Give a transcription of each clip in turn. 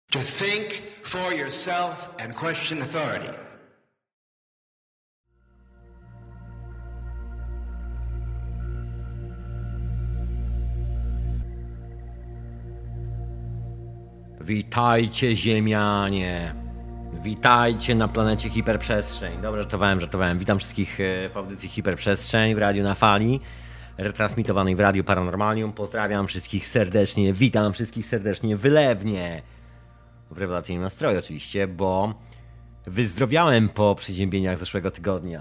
To think for yourself and question authority. Witajcie, Ziemianie. Witajcie na planecie Hiperprzestrzeń. Dobra, żartowałem. Witam wszystkich w audycji Hiperprzestrzeń w Radiu na Fali, retransmitowanej w Radiu Paranormalium. Pozdrawiam wszystkich serdecznie, witam wszystkich serdecznie, wylewnie. W rewelacyjnym nastroju oczywiście, bo wyzdrowiałem po przeziębieniach zeszłego tygodnia.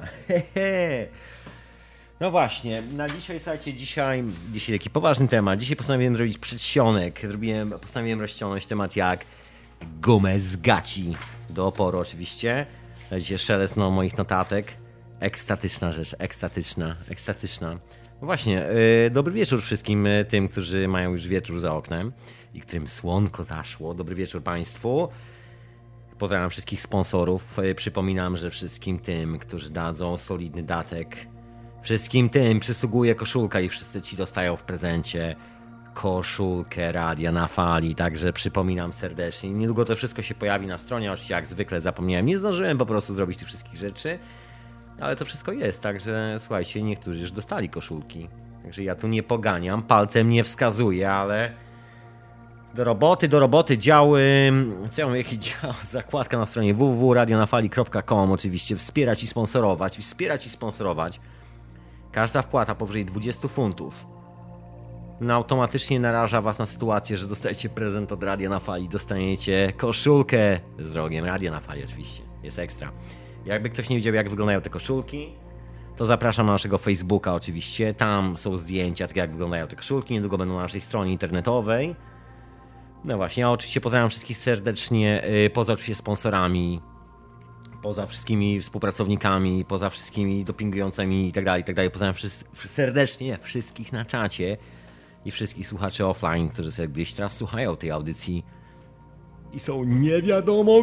No właśnie, na dzisiaj, słuchajcie, dzisiaj taki poważny temat. Dzisiaj postanowiłem zrobić przedsionek. Postanowiłem rozciągnąć temat jak gumę z gaci. Do oporu oczywiście. Będzie szelest moich notatek. Ekstatyczna rzecz, ekstatyczna. No właśnie, dobry wieczór wszystkim tym, którzy mają już wieczór za oknem i którym słonko zaszło. Dobry wieczór Państwu. Pozdrawiam wszystkich sponsorów. Przypominam, że wszystkim tym, którzy dadzą solidny datek, wszystkim tym przysługuje koszulka i wszyscy ci dostają w prezencie koszulkę Radia na Fali. Także przypominam serdecznie. Niedługo to wszystko się pojawi na stronie. Oczywiście jak zwykle zapomniałem. Nie zdążyłem po prostu zrobić tych wszystkich rzeczy. Ale to wszystko jest. Także słuchajcie, niektórzy już dostali koszulki. Także ja tu nie poganiam. Palcem nie wskazuję, ale do roboty, działy. Co ja mam, jaki dział? Zakładka na stronie www.radionafali.com. Oczywiście wspierać i sponsorować. Każda wpłata powyżej 20 funtów automatycznie naraża was na sytuację, że dostajecie prezent od Radia na Fali. Dostaniecie koszulkę z drogiem Radia na Fali oczywiście. Jest ekstra. Jakby ktoś nie wiedział, jak wyglądają te koszulki, to zapraszam na naszego Facebooka oczywiście. Tam są zdjęcia, tak jak wyglądają te koszulki. Niedługo będą na naszej stronie internetowej. No właśnie, ja oczywiście pozdrawiam wszystkich serdecznie, poza oczywiście sponsorami, poza wszystkimi współpracownikami, poza wszystkimi dopingującymi i tak dalej. Pozdrawiam serdecznie wszystkich na czacie i wszystkich słuchaczy offline, którzy sobie gdzieś teraz słuchają tej audycji i są nie wiadomo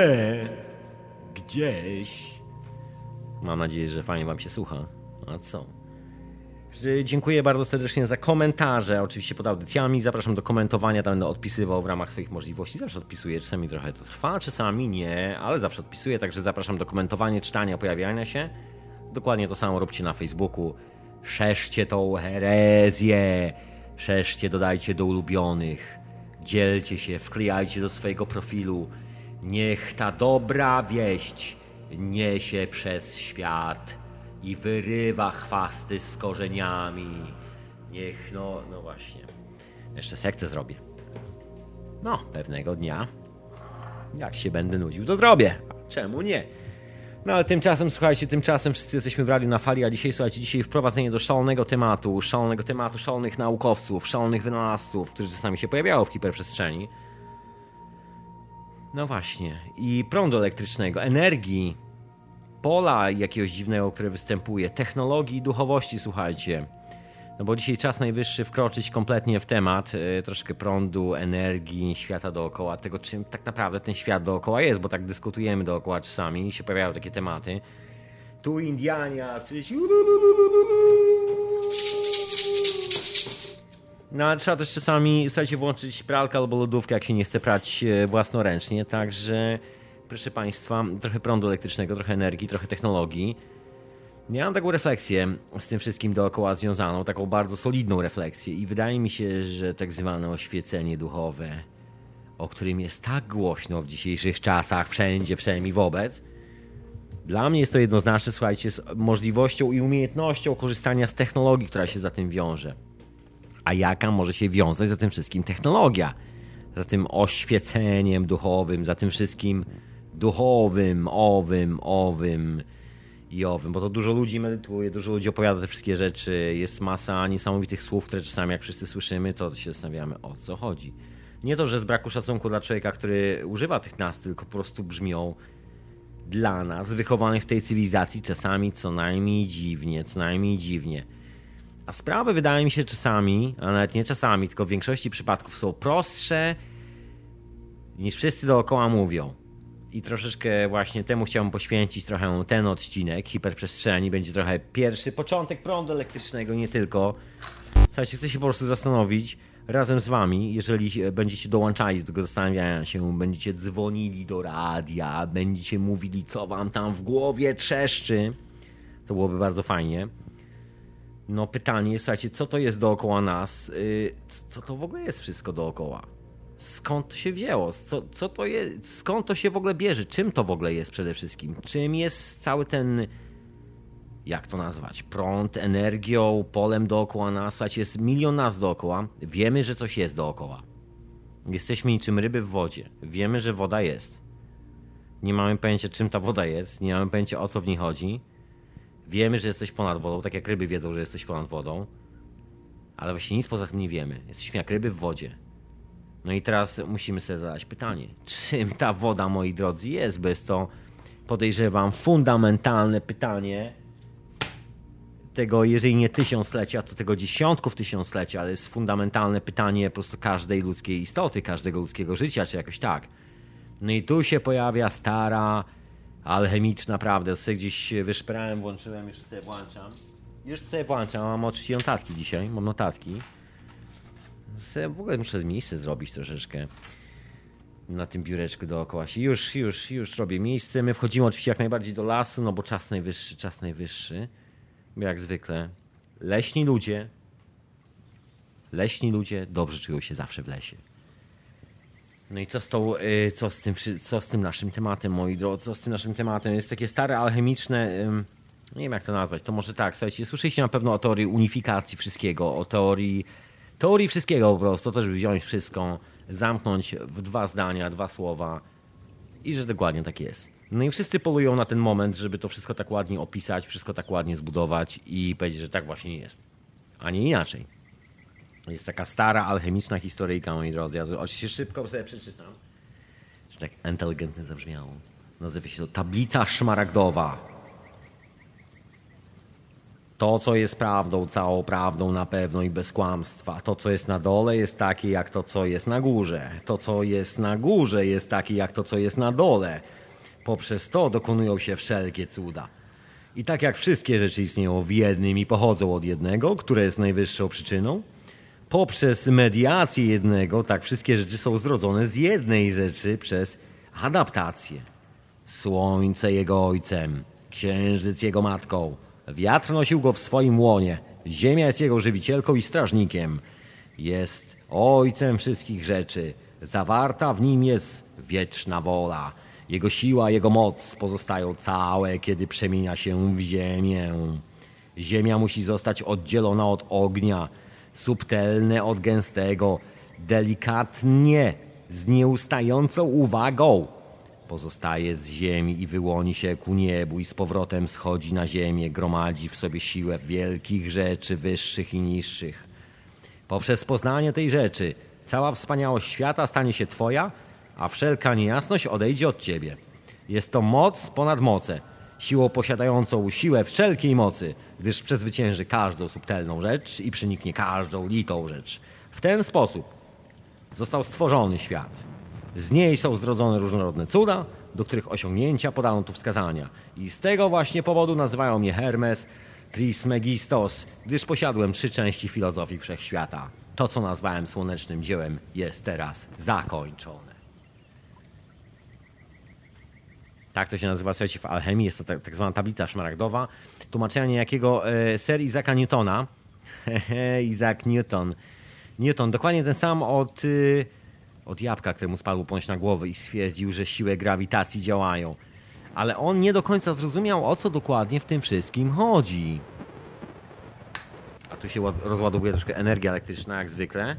gdzieś. Mam nadzieję, że fajnie wam się słucha. A co? Dziękuję bardzo serdecznie za komentarze, oczywiście pod audycjami. Zapraszam do komentowania, tam będę odpisywał w ramach swoich możliwości. Zawsze odpisuję, czasami trochę to trwa, czasami nie, ale zawsze odpisuję, także zapraszam do komentowania, czytania, pojawiania się. Dokładnie to samo róbcie na Facebooku. Szerzcie tą herezję, dodajcie do ulubionych, dzielcie się, wklejajcie do swojego profilu. Niech ta dobra wieść niesie przez świat i wyrywa chwasty z korzeniami. Niech, no właśnie. Jeszcze sektę zrobię. No, pewnego dnia, jak się będę nudził, to zrobię. Czemu nie? No ale tymczasem, słuchajcie, wszyscy jesteśmy w Radiu na Fali, a dzisiaj wprowadzenie do szalonego tematu, szalonych naukowców, szalonych wynalazców, którzy czasami się pojawiają w hiperprzestrzeni. No właśnie. I prądu elektrycznego, energii, pola jakiegoś dziwnego, które występuje, technologii i duchowości, słuchajcie. No bo dzisiaj czas najwyższy wkroczyć kompletnie w temat troszkę prądu, energii, świata dookoła, tego czym tak naprawdę ten świat dookoła jest, bo tak dyskutujemy dookoła czasami i się pojawiają takie tematy. Tu Indianie, coś. No ale trzeba też czasami, słuchajcie, włączyć pralkę albo lodówkę, jak się nie chce prać własnoręcznie, także proszę Państwa, trochę prądu elektrycznego, trochę energii, trochę technologii. Ja mam taką refleksję z tym wszystkim dookoła związaną, taką bardzo solidną refleksję i wydaje mi się, że tak zwane oświecenie duchowe, o którym jest tak głośno w dzisiejszych czasach, wszędzie i wobec, dla mnie jest to jednoznaczne, słuchajcie, z możliwością i umiejętnością korzystania z technologii, która się za tym wiąże. A jaka może się wiązać za tym wszystkim technologia? Za tym oświeceniem duchowym, za tym wszystkim duchowym, owym, bo to dużo ludzi medytuje, dużo ludzi opowiada te wszystkie rzeczy, jest masa niesamowitych słów, które czasami jak wszyscy słyszymy, to się zastanawiamy, o co chodzi. Nie to, że z braku szacunku dla człowieka, który używa tych nazw, tylko po prostu brzmią dla nas, wychowanych w tej cywilizacji, czasami co najmniej dziwnie. A sprawy wydaje mi się czasami, a nawet nie czasami, tylko w większości przypadków są prostsze niż wszyscy dookoła mówią. I troszeczkę właśnie temu chciałbym poświęcić trochę ten odcinek hiperprzestrzeni. Będzie trochę pierwszy początek prądu elektrycznego, nie tylko. Słuchajcie, chcę się po prostu zastanowić, razem z wami, jeżeli będziecie dołączali do tego zastanawiania się, będziecie dzwonili do radia, będziecie mówili, co wam tam w głowie trzeszczy, to byłoby bardzo fajnie. No pytanie, słuchajcie, co to jest dookoła nas? Co to w ogóle jest wszystko dookoła? Skąd to się wzięło? Co to jest? Skąd to się w ogóle bierze? Czym to w ogóle jest przede wszystkim? Czym jest cały ten, jak to nazwać, prąd, energią, polem dookoła nas? Słuchajcie, jest milion nas dookoła. Wiemy, że coś jest dookoła. Jesteśmy niczym ryby w wodzie. Wiemy, że woda jest. Nie mamy pojęcia, czym ta woda jest. Nie mamy pojęcia, o co w niej chodzi. Wiemy, że jesteś ponad wodą, tak jak ryby wiedzą, że jesteś ponad wodą. Ale właśnie nic poza tym nie wiemy. Jesteśmy jak ryby w wodzie. No i teraz musimy sobie zadać pytanie, czym ta woda, moi drodzy, jest? Bo jest to, podejrzewam, fundamentalne pytanie tego, jeżeli nie tysiąclecia, to tego dziesiątków tysiąclecia, ale jest fundamentalne pytanie po prostu każdej ludzkiej istoty, każdego ludzkiego życia, czy jakoś tak. No i tu się pojawia stara, alchemiczna prawda. Sobie gdzieś wyszperałem, włączyłem, już sobie włączam, mam oczywiście notatki dzisiaj, mam notatki. W ogóle muszę miejsce zrobić troszeczkę na tym biureczku dookoła się. Już robię miejsce. My wchodzimy oczywiście jak najbardziej do lasu, no bo czas najwyższy. Jak zwykle. Leśni ludzie dobrze czują się zawsze w lesie. No i co z tym naszym tematem, moi drodzy? Co z tym naszym tematem? Jest takie stare, alchemiczne... Nie wiem jak to nazwać. To może tak, słuchajcie, słyszeliście na pewno o teorii unifikacji wszystkiego, o teorii wszystkiego po prostu, to żeby wziąć wszystko, zamknąć w 2 zdania, 2 słowa i że dokładnie tak jest. No i wszyscy polują na ten moment, żeby to wszystko tak ładnie opisać, wszystko tak ładnie zbudować i powiedzieć, że tak właśnie jest, a nie inaczej. Jest taka stara, alchemiczna historyjka, moi drodzy. Ja to oczywiście szybko sobie przeczytam, że tak inteligentnie zabrzmiało. Nazywa się to Tablica Szmaragdowa. To, co jest prawdą, całą prawdą na pewno i bez kłamstwa. To, co jest na dole, jest takie jak to, co jest na górze. To, co jest na górze, jest takie jak to, co jest na dole. Poprzez to dokonują się wszelkie cuda. I tak jak wszystkie rzeczy istnieją w jednym i pochodzą od jednego, które jest najwyższą przyczyną, poprzez mediację jednego, tak wszystkie rzeczy są zrodzone z jednej rzeczy przez adaptację. Słońce jego ojcem, księżyc jego matką, wiatr nosił go w swoim łonie, ziemia jest jego żywicielką i strażnikiem. Jest ojcem wszystkich rzeczy, zawarta w nim jest wieczna wola. Jego siła, jego moc pozostają całe, kiedy przemienia się w ziemię. Ziemia musi zostać oddzielona od ognia, subtelne od gęstego, delikatnie, z nieustającą uwagą. Pozostaje z ziemi i wyłoni się ku niebu i z powrotem schodzi na ziemię, gromadzi w sobie siłę wielkich rzeczy, wyższych i niższych. Poprzez poznanie tej rzeczy cała wspaniałość świata stanie się twoja, a wszelka niejasność odejdzie od ciebie. Jest to moc ponad moce, siłą posiadającą siłę wszelkiej mocy, gdyż przezwycięży każdą subtelną rzecz i przeniknie każdą litą rzecz. W ten sposób został stworzony świat. Z niej są zrodzone różnorodne cuda, do których osiągnięcia podano tu wskazania. I z tego właśnie powodu nazywają mnie Hermes Trismegistos, gdyż posiadłem 3 części filozofii wszechświata. To, co nazwałem słonecznym dziełem, jest teraz zakończone. Tak to się nazywa, słuchajcie, w alchemii. Jest to tak zwana tablica szmaragdowa. Tłumaczenia niejakiego Sir Isaaca Newtona. Isaac Newton. Newton, dokładnie ten sam od jabłka, któremu spadł ponoć na głowę i stwierdził, że siły grawitacji działają. Ale on nie do końca zrozumiał, o co dokładnie w tym wszystkim chodzi. A tu się rozładowuje troszkę energia elektryczna, jak zwykle.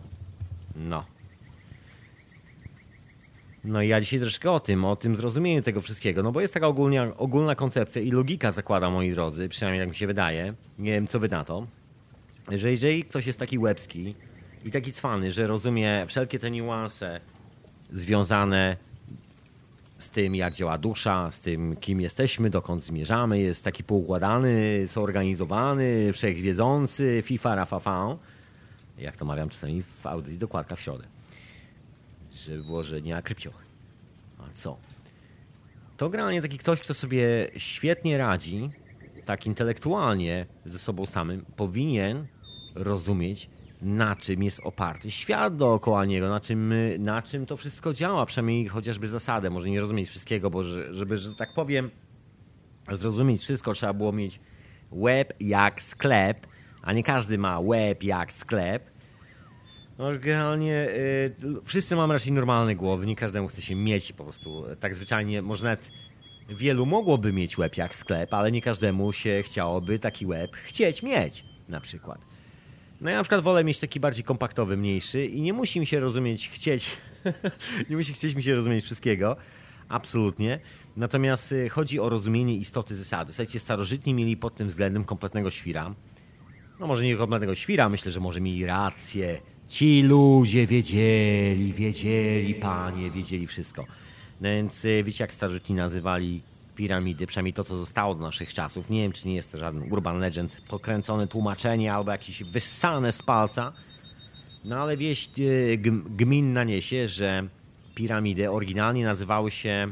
No i ja dzisiaj troszkę o tym zrozumieniu tego wszystkiego, no bo jest taka ogólna koncepcja i logika, zakłada, moi drodzy, przynajmniej tak mi się wydaje, nie wiem co wy na to, że jeżeli ktoś jest taki łebski i taki cwany, że rozumie wszelkie te niuanse związane z tym, jak działa dusza, z tym, kim jesteśmy, dokąd zmierzamy, jest taki poukładany, zorganizowany, wszechwiedzący, fifa rafafa, jak to mawiam czasami w audycji Dokładka w środę. Żeby było, że nie akrypcioch. A co? To generalnie taki ktoś, kto sobie świetnie radzi, tak intelektualnie ze sobą samym, powinien rozumieć na czym jest oparty świat dookoła niego, na czym to wszystko działa, przynajmniej chociażby zasadę. Może nie rozumieć wszystkiego, bo żeby, że tak powiem, zrozumieć wszystko, trzeba było mieć łeb jak sklep, a nie każdy ma łeb jak sklep. No generalnie wszyscy mamy raczej normalne głowy, nie każdemu chce się mieć po prostu. Tak zwyczajnie, może nawet wielu mogłoby mieć łeb jak sklep, ale nie każdemu się chciałoby taki łeb chcieć mieć na przykład. No ja na przykład wolę mieć taki bardziej kompaktowy, mniejszy i nie musi mi się nie musi chcieć mi się rozumieć wszystkiego, absolutnie. Natomiast chodzi o rozumienie istoty zasady. Słuchajcie, starożytni mieli pod tym względem kompletnego świra. No może nie kompletnego świra, myślę, że może mieli rację. Ci ludzie wiedzieli, panie, wiedzieli wszystko. No więc wiecie, jak starożytni nazywali piramidy, przynajmniej to, co zostało do naszych czasów. Nie wiem, czy nie jest to żaden urban legend, pokręcone tłumaczenie albo jakieś wyssane z palca. No ale wieść gminna niesie, że piramidy oryginalnie nazywały się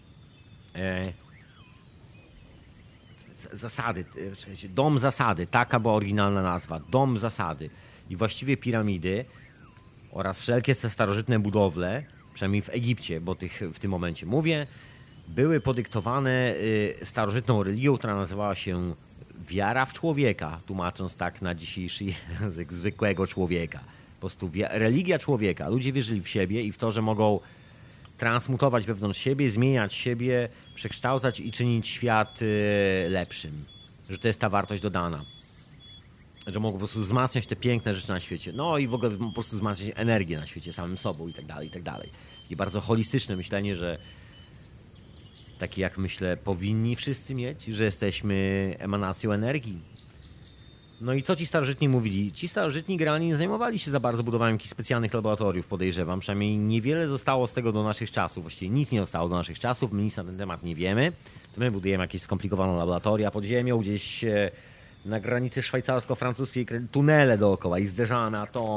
zasady, dom zasady, taka była oryginalna nazwa, dom zasady. I właściwie piramidy oraz wszelkie te starożytne budowle, przynajmniej w Egipcie, bo w tym momencie mówię, były podyktowane starożytną religią, która nazywała się wiara w człowieka, tłumacząc tak na dzisiejszy język zwykłego człowieka. Po prostu religia człowieka. Ludzie wierzyli w siebie i w to, że mogą transmutować wewnątrz siebie, zmieniać siebie, przekształcać i czynić świat lepszym. Że to jest ta wartość dodana. Że mogą po prostu wzmacniać te piękne rzeczy na świecie. No i w ogóle po prostu wzmacniać energię na świecie samym sobą i tak dalej, i tak dalej. I bardzo holistyczne myślenie, że takie jak myślę powinni wszyscy mieć, że jesteśmy emanacją energii. No i co ci starożytni mówili? Ci starożytni generalnie nie zajmowali się za bardzo budowaniem jakichś specjalnych laboratoriów, podejrzewam. Przynajmniej niewiele zostało z tego do naszych czasów. Właściwie nic nie zostało do naszych czasów. My nic na ten temat nie wiemy. To my budujemy jakieś skomplikowane laboratoria pod ziemią, gdzieś na granicy szwajcarsko-francuskiej tunele dookoła i zderzamy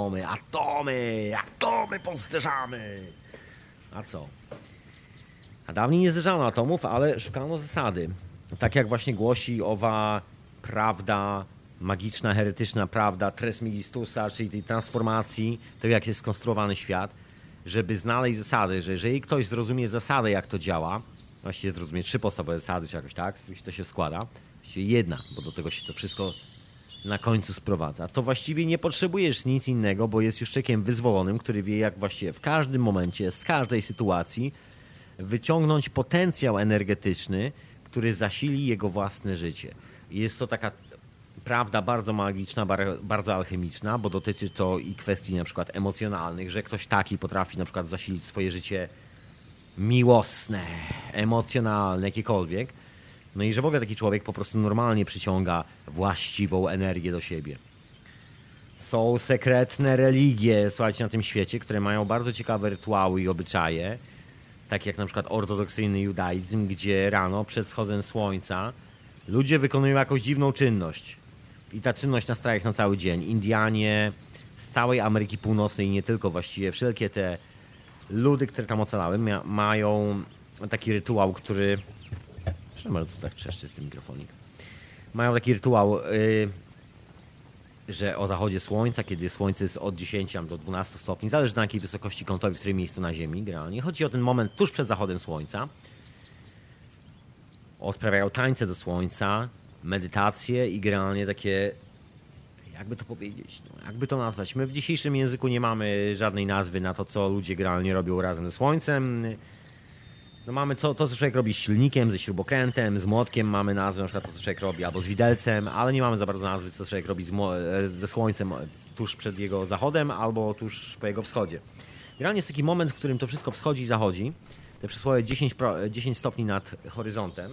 atomy pozderzamy. A co? A dawniej nie zderzano atomów, ale szukano zasady. Tak jak właśnie głosi owa prawda, magiczna, heretyczna prawda Trismegistusa, czyli tej transformacji, tego jak jest skonstruowany świat, żeby znaleźć zasady, że jeżeli ktoś zrozumie zasadę, jak to działa, właściwie zrozumie 3 podstawowe zasady, czy jakoś tak, z których to się składa, właściwie jedna, bo do tego się to wszystko na końcu sprowadza, to właściwie nie potrzebujesz nic innego, bo jest już człowiekiem wyzwolonym, który wie, jak właściwie w każdym momencie, z każdej sytuacji wyciągnąć potencjał energetyczny, który zasili jego własne życie. Jest to taka prawda bardzo magiczna, bardzo alchemiczna, bo dotyczy to i kwestii na przykład emocjonalnych, że ktoś taki potrafi na przykład zasilić swoje życie miłosne, emocjonalne, jakiekolwiek. No i że w ogóle taki człowiek po prostu normalnie przyciąga właściwą energię do siebie. Są sekretne religie, słuchajcie, na tym świecie, które mają bardzo ciekawe rytuały i obyczaje, tak jak na przykład ortodoksyjny judaizm, gdzie rano przed wschodem słońca ludzie wykonują jakąś dziwną czynność. I ta czynność nastraja ich na cały dzień. Indianie z całej Ameryki Północnej i nie tylko właściwie, wszelkie te ludy, które tam ocalały, mają taki rytuał, który... Proszę bardzo, tak trzeszczy z tym mikrofonik. Mają taki rytuał, że o zachodzie słońca, kiedy słońce jest od 10 do 12 stopni, zależy na jakiej wysokości kątowej, w którym miejscu na Ziemi, generalnie. Chodzi o ten moment tuż przed zachodem słońca. Odprawiają tańce do słońca, medytacje i generalnie takie, jakby to powiedzieć, no, jakby to nazwać. My w dzisiejszym języku nie mamy żadnej nazwy na to, co ludzie generalnie robią razem ze słońcem. No mamy to, co człowiek robi z silnikiem, ze śrubokrętem, z młotkiem, mamy nazwę na przykład to, co człowiek robi, albo z widelcem, ale nie mamy za bardzo nazwy, co człowiek robi ze słońcem tuż przed jego zachodem, albo tuż po jego wschodzie. Generalnie jest taki moment, w którym to wszystko wschodzi i zachodzi. Te przysłowie 10 stopni nad horyzontem.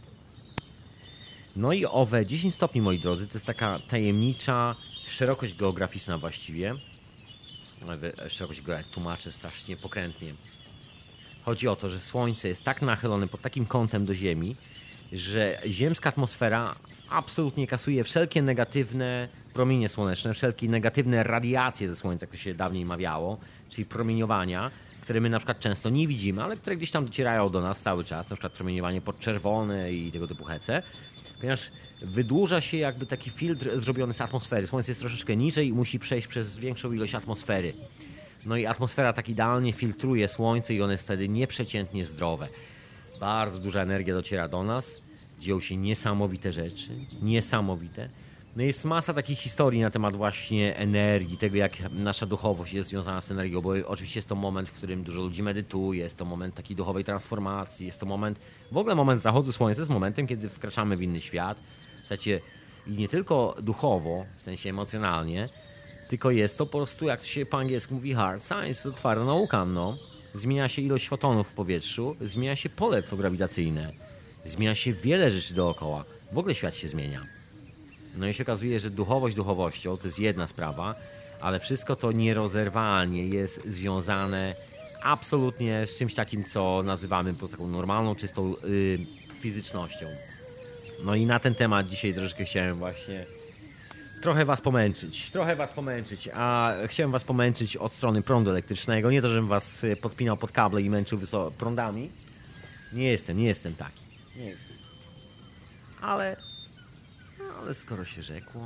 No i owe 10 stopni, moi drodzy, to jest taka tajemnicza szerokość geograficzna właściwie. Szerokość geograficzna, tłumaczę strasznie pokrętnie. Chodzi o to, że Słońce jest tak nachylone pod takim kątem do Ziemi, że ziemska atmosfera absolutnie kasuje wszelkie negatywne promienie słoneczne, wszelkie negatywne radiacje ze Słońca, jak to się dawniej mawiało, czyli promieniowania, które my na przykład często nie widzimy, ale które gdzieś tam docierają do nas cały czas, na przykład promieniowanie podczerwone i tego typu hece. W ponieważ wydłuża się jakby taki filtr zrobiony z atmosfery. Słońce jest troszeczkę niżej i musi przejść przez większą ilość atmosfery. No i atmosfera tak idealnie filtruje słońce i ono jest wtedy nieprzeciętnie zdrowe. Bardzo duża energia dociera do nas, dzieją się niesamowite rzeczy, niesamowite. No jest masa takich historii na temat właśnie energii, tego jak nasza duchowość jest związana z energią, bo oczywiście jest to moment, w którym dużo ludzi medytuje, jest to moment takiej duchowej transformacji, jest to moment, w ogóle moment zachodu słońca jest momentem, kiedy wkraczamy w inny świat, w zasadzie i nie tylko duchowo, w sensie emocjonalnie, tylko jest to po prostu, jak to się po angielsku mówi, hard science, to twarda nauka, no. Zmienia się ilość fotonów w powietrzu, zmienia się pole grawitacyjne, zmienia się wiele rzeczy dookoła, w ogóle świat się zmienia. No i się okazuje, że duchowość duchowością to jest jedna sprawa, ale wszystko to nierozerwalnie jest związane absolutnie z czymś takim, co nazywamy po taką normalną, czystą fizycznością. No i na ten temat dzisiaj troszeczkę chciałem właśnie trochę was pomęczyć, a chciałem was pomęczyć od strony prądu elektrycznego, nie to, żebym was podpinał pod kable i męczył prądami. Nie jestem taki, nie jestem. Ale skoro się rzekło...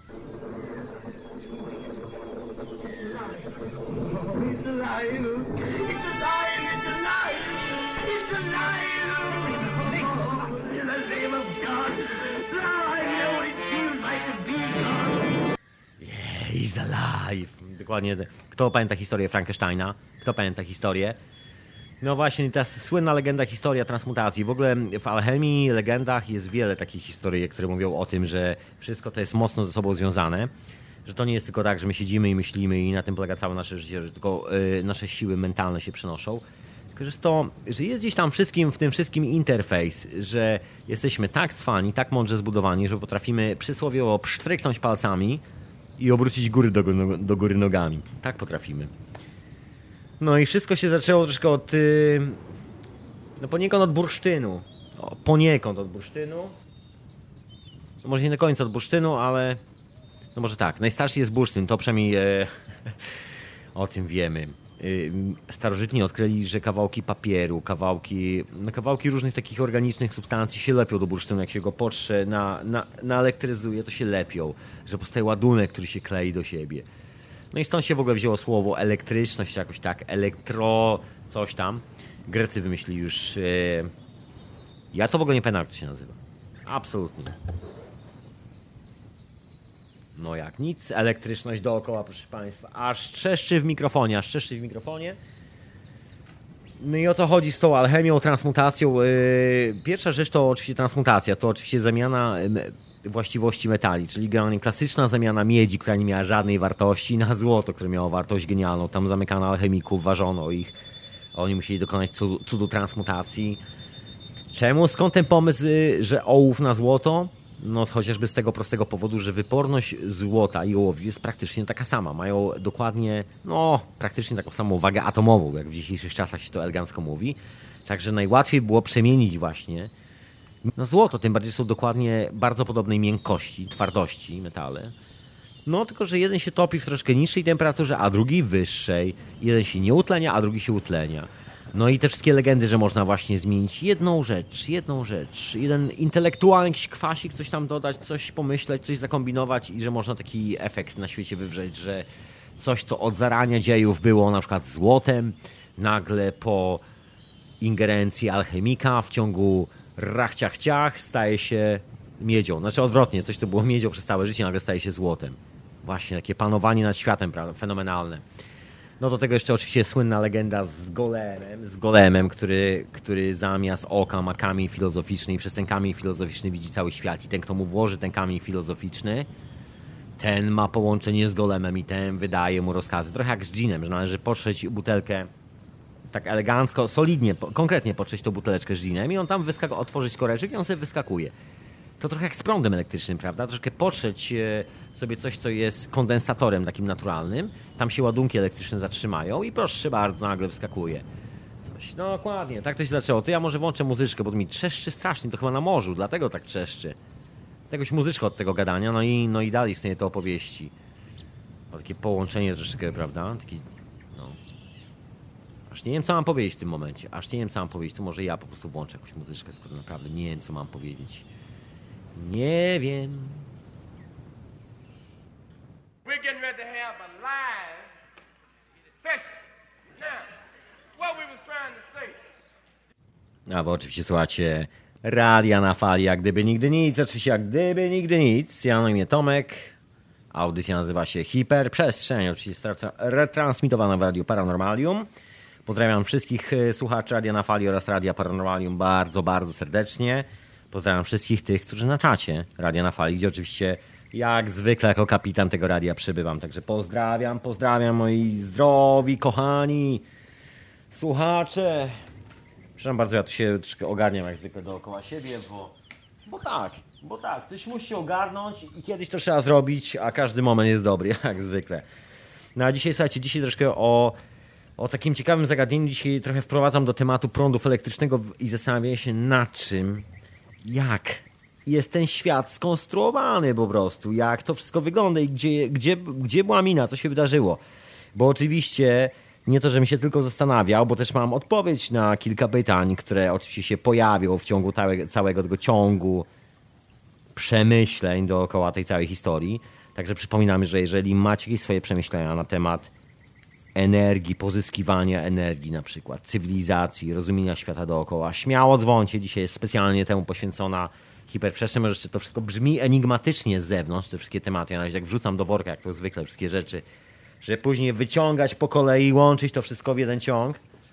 Yeah, he's alive. Dokładnie. Kto pamięta historię Frankensteina? Kto pamięta historię? No właśnie, ta słynna legenda, historia transmutacji. W ogóle w alchemii, legendach jest wiele takich historii, które mówią o tym, że wszystko to jest mocno ze sobą związane. Że to nie jest tylko tak, że my siedzimy i myślimy i na tym polega całe nasze życie, że tylko nasze siły mentalne się przenoszą. Tylko, że jest gdzieś tam w tym wszystkim interfejs, że jesteśmy tak cwani, tak mądrze zbudowani, że potrafimy przysłowiowo psztryknąć palcami i obrócić góry do góry nogami. Tak potrafimy. No i wszystko się zaczęło troszkę od... No poniekąd od bursztynu. Poniekąd od bursztynu. No może nie do końca od bursztynu, ale... No może tak, najstarszy jest bursztyn, to przynajmniej o tym wiemy. Starożytni odkryli, że kawałki papieru, kawałki różnych takich organicznych substancji się lepią do bursztynu. Jak się go potrze, naelektryzuje, to się lepią. Że powstaje ładunek, który się klei do siebie. No i stąd się w ogóle wzięło słowo elektryczność, jakoś tak, coś tam. Grecy wymyślili już... Ja to w ogóle nie pamiętam, jak to się nazywa. Absolutnie. No jak nic, elektryczność dookoła, proszę Państwa. Aż trzeszczy w mikrofonie. No i o co chodzi z tą alchemią, transmutacją? Pierwsza rzecz to oczywiście transmutacja, to oczywiście zamiana właściwości metali, czyli klasyczna zamiana miedzi, która nie miała żadnej wartości, na złoto, które miało wartość genialną. Tam zamykano alchemików, ważono ich. Oni musieli dokonać cudu transmutacji. Czemu? Skąd ten pomysł, że ołów na złoto? No chociażby z tego prostego powodu, że wyporność złota i ołowiu jest praktycznie taka sama. Mają dokładnie, praktycznie taką samą wagę atomową, jak w dzisiejszych czasach się to elegancko mówi. Także najłatwiej było przemienić właśnie na złoto, tym bardziej są dokładnie bardzo podobnej miękkości, twardości metale. No tylko, że jeden się topi w troszkę niższej temperaturze, a drugi wyższej. Jeden się nie utlenia, a drugi się utlenia. No i te wszystkie legendy, że można właśnie zmienić jedną rzecz, jeden intelektualny jakiś kwasik, coś tam dodać, coś pomyśleć, coś zakombinować i że można taki efekt na świecie wywrzeć, że coś, co od zarania dziejów było na przykład złotem, nagle po ingerencji alchemika w ciągu rachciach staje się miedzią. Znaczy odwrotnie, coś, co było miedzią przez całe życie, nagle staje się złotem. Właśnie takie panowanie nad światem, prawda? Fenomenalne. No do tego jeszcze oczywiście słynna legenda z golemem, który zamiast oka ma kamień filozoficzny i przez ten kamień filozoficzny widzi cały świat. I ten, kto mu włoży ten kamień filozoficzny, ten ma połączenie z golemem i ten wydaje mu rozkazy. Trochę jak z dżinem, że należy potrzeć butelkę tak elegancko, solidnie, konkretnie potrzeć tą buteleczkę z dżinem i on tam otworzyć koreczek i on sobie wyskakuje. To trochę jak z prądem elektrycznym, prawda? Troszkę potrzeć sobie coś, co jest kondensatorem takim naturalnym. Tam się ładunki elektryczne zatrzymają i proszę bardzo, nagle wyskakuje coś. No dokładnie, tak to się zaczęło. To ja może włączę muzyczkę, bo to mi trzeszczy strasznie, to chyba na morzu, dlatego tak trzeszczy. Jakoś muzyczka od tego gadania, no i dalej istnieje to opowieści. O takie połączenie troszeczkę, prawda? Aż nie wiem, co mam powiedzieć w tym momencie. To może ja po prostu włączę jakąś muzyczkę, skoro naprawdę nie wiem, co mam powiedzieć. Nie wiem. We're getting ready to have a live session. Now, what we was trying to say. A wy oczywiście słuchacie Radia na Fali, jak gdyby nigdy nic. Oczywiście jak gdyby nigdy nic. Ja na imię Tomek. Audycja nazywa się Hiperprzestrzeń. Oczywiście jest retransmitowana w Radiu Paranormalium. Pozdrawiam wszystkich słuchaczy Radia na Fali oraz Radia Paranormalium bardzo, bardzo serdecznie. Pozdrawiam wszystkich tych, którzy na czacie Radia na Fali, gdzie oczywiście jak zwykle jako kapitan tego radia przybywam. Także pozdrawiam moi zdrowi, kochani słuchacze. Przepraszam bardzo, ja tu się troszkę ogarniam jak zwykle dookoła siebie, bo tak, ktoś musi się ogarnąć i kiedyś to trzeba zrobić, a każdy moment jest dobry, jak zwykle. No a dzisiaj, słuchajcie, troszkę o takim ciekawym zagadnieniu. Dzisiaj trochę wprowadzam do tematu prądu elektrycznego i zastanawiam się jak jest ten świat skonstruowany po prostu, jak to wszystko wygląda i gdzie była mina, co się wydarzyło. Bo oczywiście nie to, żebym się tylko zastanawiał, bo też mam odpowiedź na kilka pytań, które oczywiście się pojawią w ciągu całego tego ciągu przemyśleń dookoła tej całej historii. Także przypominam, że jeżeli macie jakieś swoje przemyślenia na temat energii, pozyskiwania energii na przykład, cywilizacji, rozumienia świata dookoła, śmiało dzwońcie. Dzisiaj jest specjalnie temu poświęcona hiperprzestrzeń. Może jeszcze to wszystko brzmi enigmatycznie z zewnątrz, te wszystkie tematy. Ja na razie tak wrzucam do worka, jak to zwykle, wszystkie rzeczy, żeby później wyciągać po kolei, łączyć to wszystko w jeden ciąg.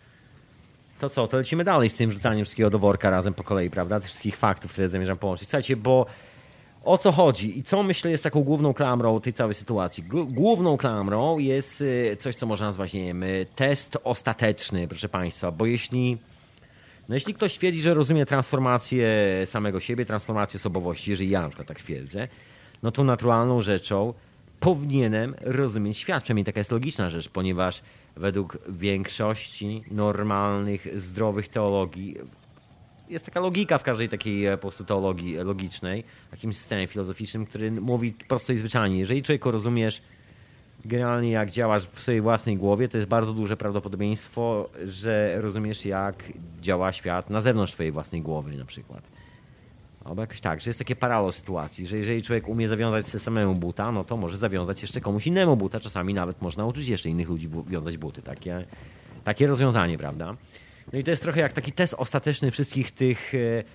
To co, to lecimy dalej z tym wrzucaniem wszystkiego do worka razem po kolei, prawda? Tych wszystkich faktów, które zamierzam połączyć. Słuchajcie, bo o co chodzi i co myślę jest taką główną klamrą tej całej sytuacji? Główną klamrą jest coś, co można nazwać, nie wiem, test ostateczny, proszę Państwa, bo jeśli ktoś twierdzi, że rozumie transformację samego siebie, transformację osobowości, jeżeli ja na przykład tak twierdzę, no to naturalną rzeczą powinienem rozumieć świat. Przynajmniej taka jest logiczna rzecz, ponieważ według większości normalnych, zdrowych teologii jest taka logika w każdej takiej po prostu teologii logicznej, takim systemie filozoficznym, który mówi prosto i zwyczajnie. Jeżeli człowieku rozumiesz generalnie jak działasz w swojej własnej głowie, to jest bardzo duże prawdopodobieństwo, że rozumiesz jak działa świat na zewnątrz twojej własnej głowy na przykład. Albo jakoś tak, że jest takie paralo sytuacji, że jeżeli człowiek umie zawiązać sobie samemu buta, no to może zawiązać jeszcze komuś innemu buta. Czasami nawet można uczyć jeszcze innych ludzi wiązać buty. Takie rozwiązanie, prawda? No i to jest trochę jak taki test ostateczny wszystkich tych,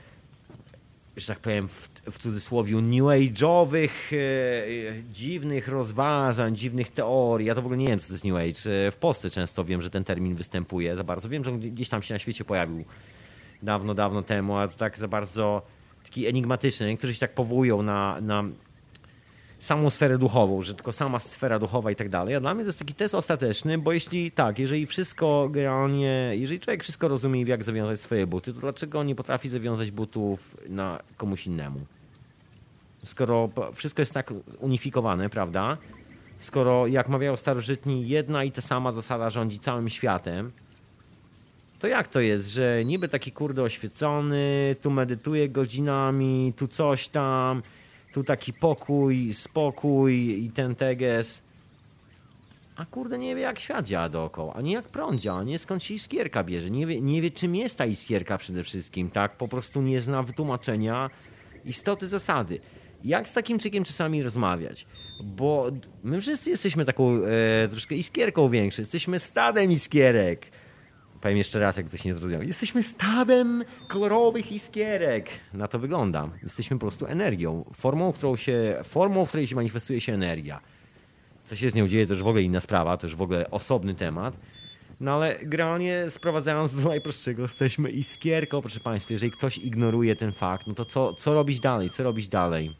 że tak powiem w cudzysłowie, new age'owych, dziwnych rozważań, dziwnych teorii. Ja to w ogóle nie wiem, co to jest new age. W Polsce często wiem, że ten termin występuje za bardzo. Wiem, że gdzieś tam się na świecie pojawił dawno temu, ale to tak za bardzo taki enigmatyczny. Niektórzy się tak powołują na samą sferę duchową, że tylko sama sfera duchowa i tak dalej. A dla mnie to jest taki test ostateczny, bo jeżeli wszystko generalnie, jeżeli człowiek wszystko rozumie, jak zawiązać swoje buty, to dlaczego nie potrafi zawiązać butów na komuś innemu? Skoro wszystko jest tak unifikowane, prawda? Skoro, jak mawiają starożytni, jedna i ta sama zasada rządzi całym światem, to jak to jest, że niby taki kurde oświecony, tu medytuje godzinami, tu coś tam, tu taki pokój, spokój i ten teges, a kurde nie wie jak świat działa dookoła, a nie jak prąd działa, nie skąd się iskierka bierze, nie wie czym jest ta iskierka przede wszystkim, tak? Po prostu nie zna wytłumaczenia istoty zasady. Jak z takim człowiekiem czasami rozmawiać? Bo my wszyscy jesteśmy taką troszkę iskierką większą, jesteśmy stadem iskierek. Powiem jeszcze raz, jak ktoś nie zrozumiał. Jesteśmy stadem kolorowych iskierek. Na to wygląda. Jesteśmy po prostu energią. Formą, w której się manifestuje się energia. Co się z nią dzieje, to już w ogóle inna sprawa, to już w ogóle osobny temat. No ale generalnie sprowadzając do najprostszego, jesteśmy iskierką, proszę Państwa. Jeżeli ktoś ignoruje ten fakt, no to co robić dalej? Co robić dalej?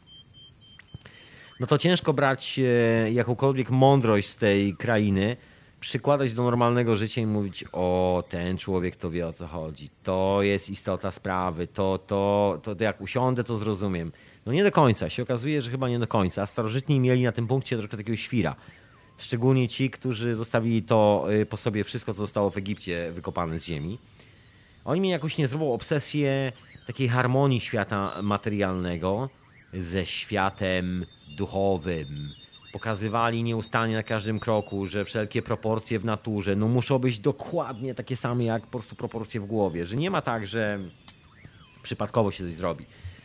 No to ciężko brać jakąkolwiek mądrość z tej krainy, przykładać do normalnego życia i mówić: o, ten człowiek to wie, o co chodzi, to jest istota sprawy, to jak usiądę, to zrozumiem. No nie do końca, się okazuje, że chyba nie do końca. Starożytni mieli na tym punkcie troszkę takiego świra. Szczególnie ci, którzy zostawili to po sobie wszystko, co zostało w Egipcie wykopane z ziemi. Oni mieli jakąś niezdrową obsesję takiej harmonii świata materialnego ze światem duchowym. Pokazywali nieustannie na każdym kroku, że wszelkie proporcje w naturze muszą być dokładnie takie same jak po prostu proporcje w głowie. Że nie ma tak, że przypadkowo się coś zrobi.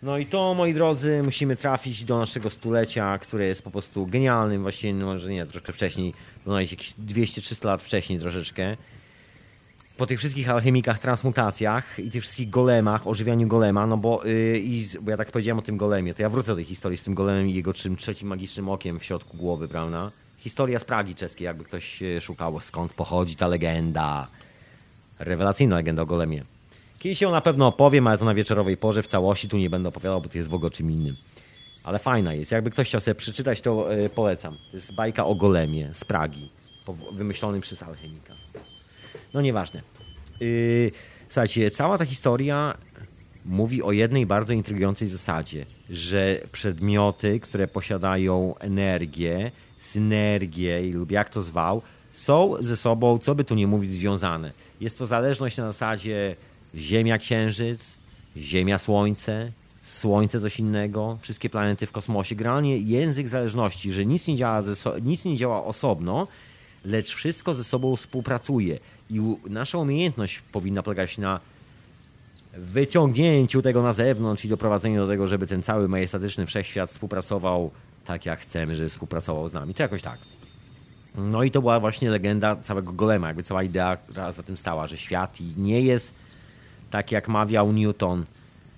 No i to, moi drodzy, musimy trafić do naszego stulecia, które jest po prostu genialnym, właściwie, no, może nie, troszkę wcześniej, no jakieś 200-300 lat wcześniej troszeczkę. Po tych wszystkich alchemikach, transmutacjach i tych wszystkich golemach, ożywianiu golema, no bo, bo ja tak powiedziałem o tym golemie, to ja wrócę do tej historii z tym golemem i jego trzecim magicznym okiem w środku głowy, prawda? Historia z Pragi czeskiej, jakby ktoś szukał, skąd pochodzi ta legenda. Rewelacyjna legenda o golemie. Kiedyś ją na pewno opowiem, ale to na wieczorowej porze w całości, tu nie będę opowiadał, bo to jest w ogóle czym innym. Ale fajna jest, jakby ktoś chciał sobie przeczytać, to polecam. To jest bajka o golemie z Pragi, wymyślony przez alchemika. No nieważne. Słuchajcie, cała ta historia mówi o jednej bardzo intrygującej zasadzie, że przedmioty, które posiadają energię, synergię lub jak to zwał, są ze sobą, co by tu nie mówić, związane. Jest to zależność na zasadzie Ziemia, Księżyc, Ziemia, Słońce, Słońce coś innego, wszystkie planety w kosmosie. Generalnie język zależności, że nic nie działa osobno, lecz wszystko ze sobą współpracuje. I nasza umiejętność powinna polegać na wyciągnięciu tego na zewnątrz i doprowadzeniu do tego, żeby ten cały majestatyczny wszechświat współpracował tak, jak chcemy, żeby współpracował z nami, czy jakoś tak. No i to była właśnie legenda całego golema, jakby cała idea, która za tym stała, że świat nie jest tak, jak mawiał Newton,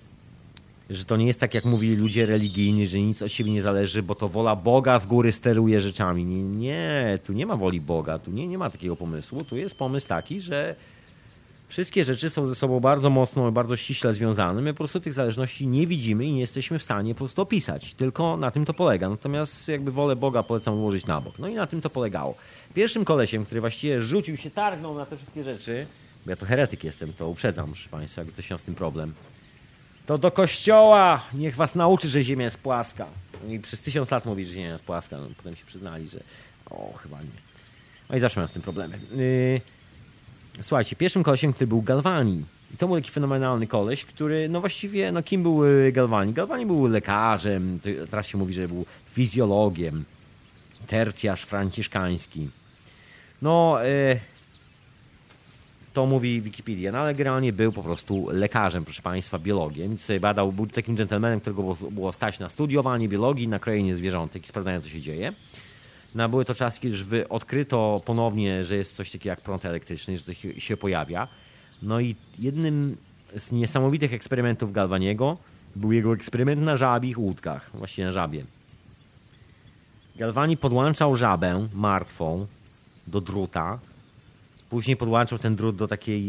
że to nie jest tak, jak mówili ludzie religijni, że nic od siebie nie zależy, bo to wola Boga z góry steruje rzeczami. Nie, tu nie ma woli Boga, tu nie ma takiego pomysłu. Tu jest pomysł taki, że wszystkie rzeczy są ze sobą bardzo mocno, bardzo ściśle związane. My po prostu tych zależności nie widzimy i nie jesteśmy w stanie po prostu opisać. Tylko na tym to polega. Natomiast jakby wolę Boga polecam ułożyć na bok. No i na tym to polegało. Pierwszym kolesiem, który właściwie rzucił się, targnął na te wszystkie rzeczy, bo ja to heretyk jestem, to uprzedzam, proszę Państwa, jakby ktoś miał z tym problem. To do kościoła! Niech was nauczy, że Ziemia jest płaska. I przez 1000 lat mówi, że Ziemia jest płaska. No, potem się przyznali, że chyba nie. No i zawsze miałem z tym problemy. Słuchajcie, pierwszym kolesiem, który był Galvani. I to był taki fenomenalny koleś, który, no właściwie, no kim był Galvani? Galvani był lekarzem, teraz się mówi, że był fizjologiem, tercjarz franciszkański. No, to mówi Wikipedia, no ale generalnie był po prostu lekarzem, proszę Państwa, biologiem. I sobie badał, był takim dżentelmenem, którego było stać na studiowanie biologii, na krojenie zwierzątek i sprawdzanie, co się dzieje. No, były to czasy, kiedy już odkryto ponownie, że jest coś takiego jak prąd elektryczny, że coś się pojawia. No i jednym z niesamowitych eksperymentów Galvaniego był jego eksperyment na żabich łódkach, właściwie na żabie. Galvani podłączał żabę martwą do druta, później podłączył ten drut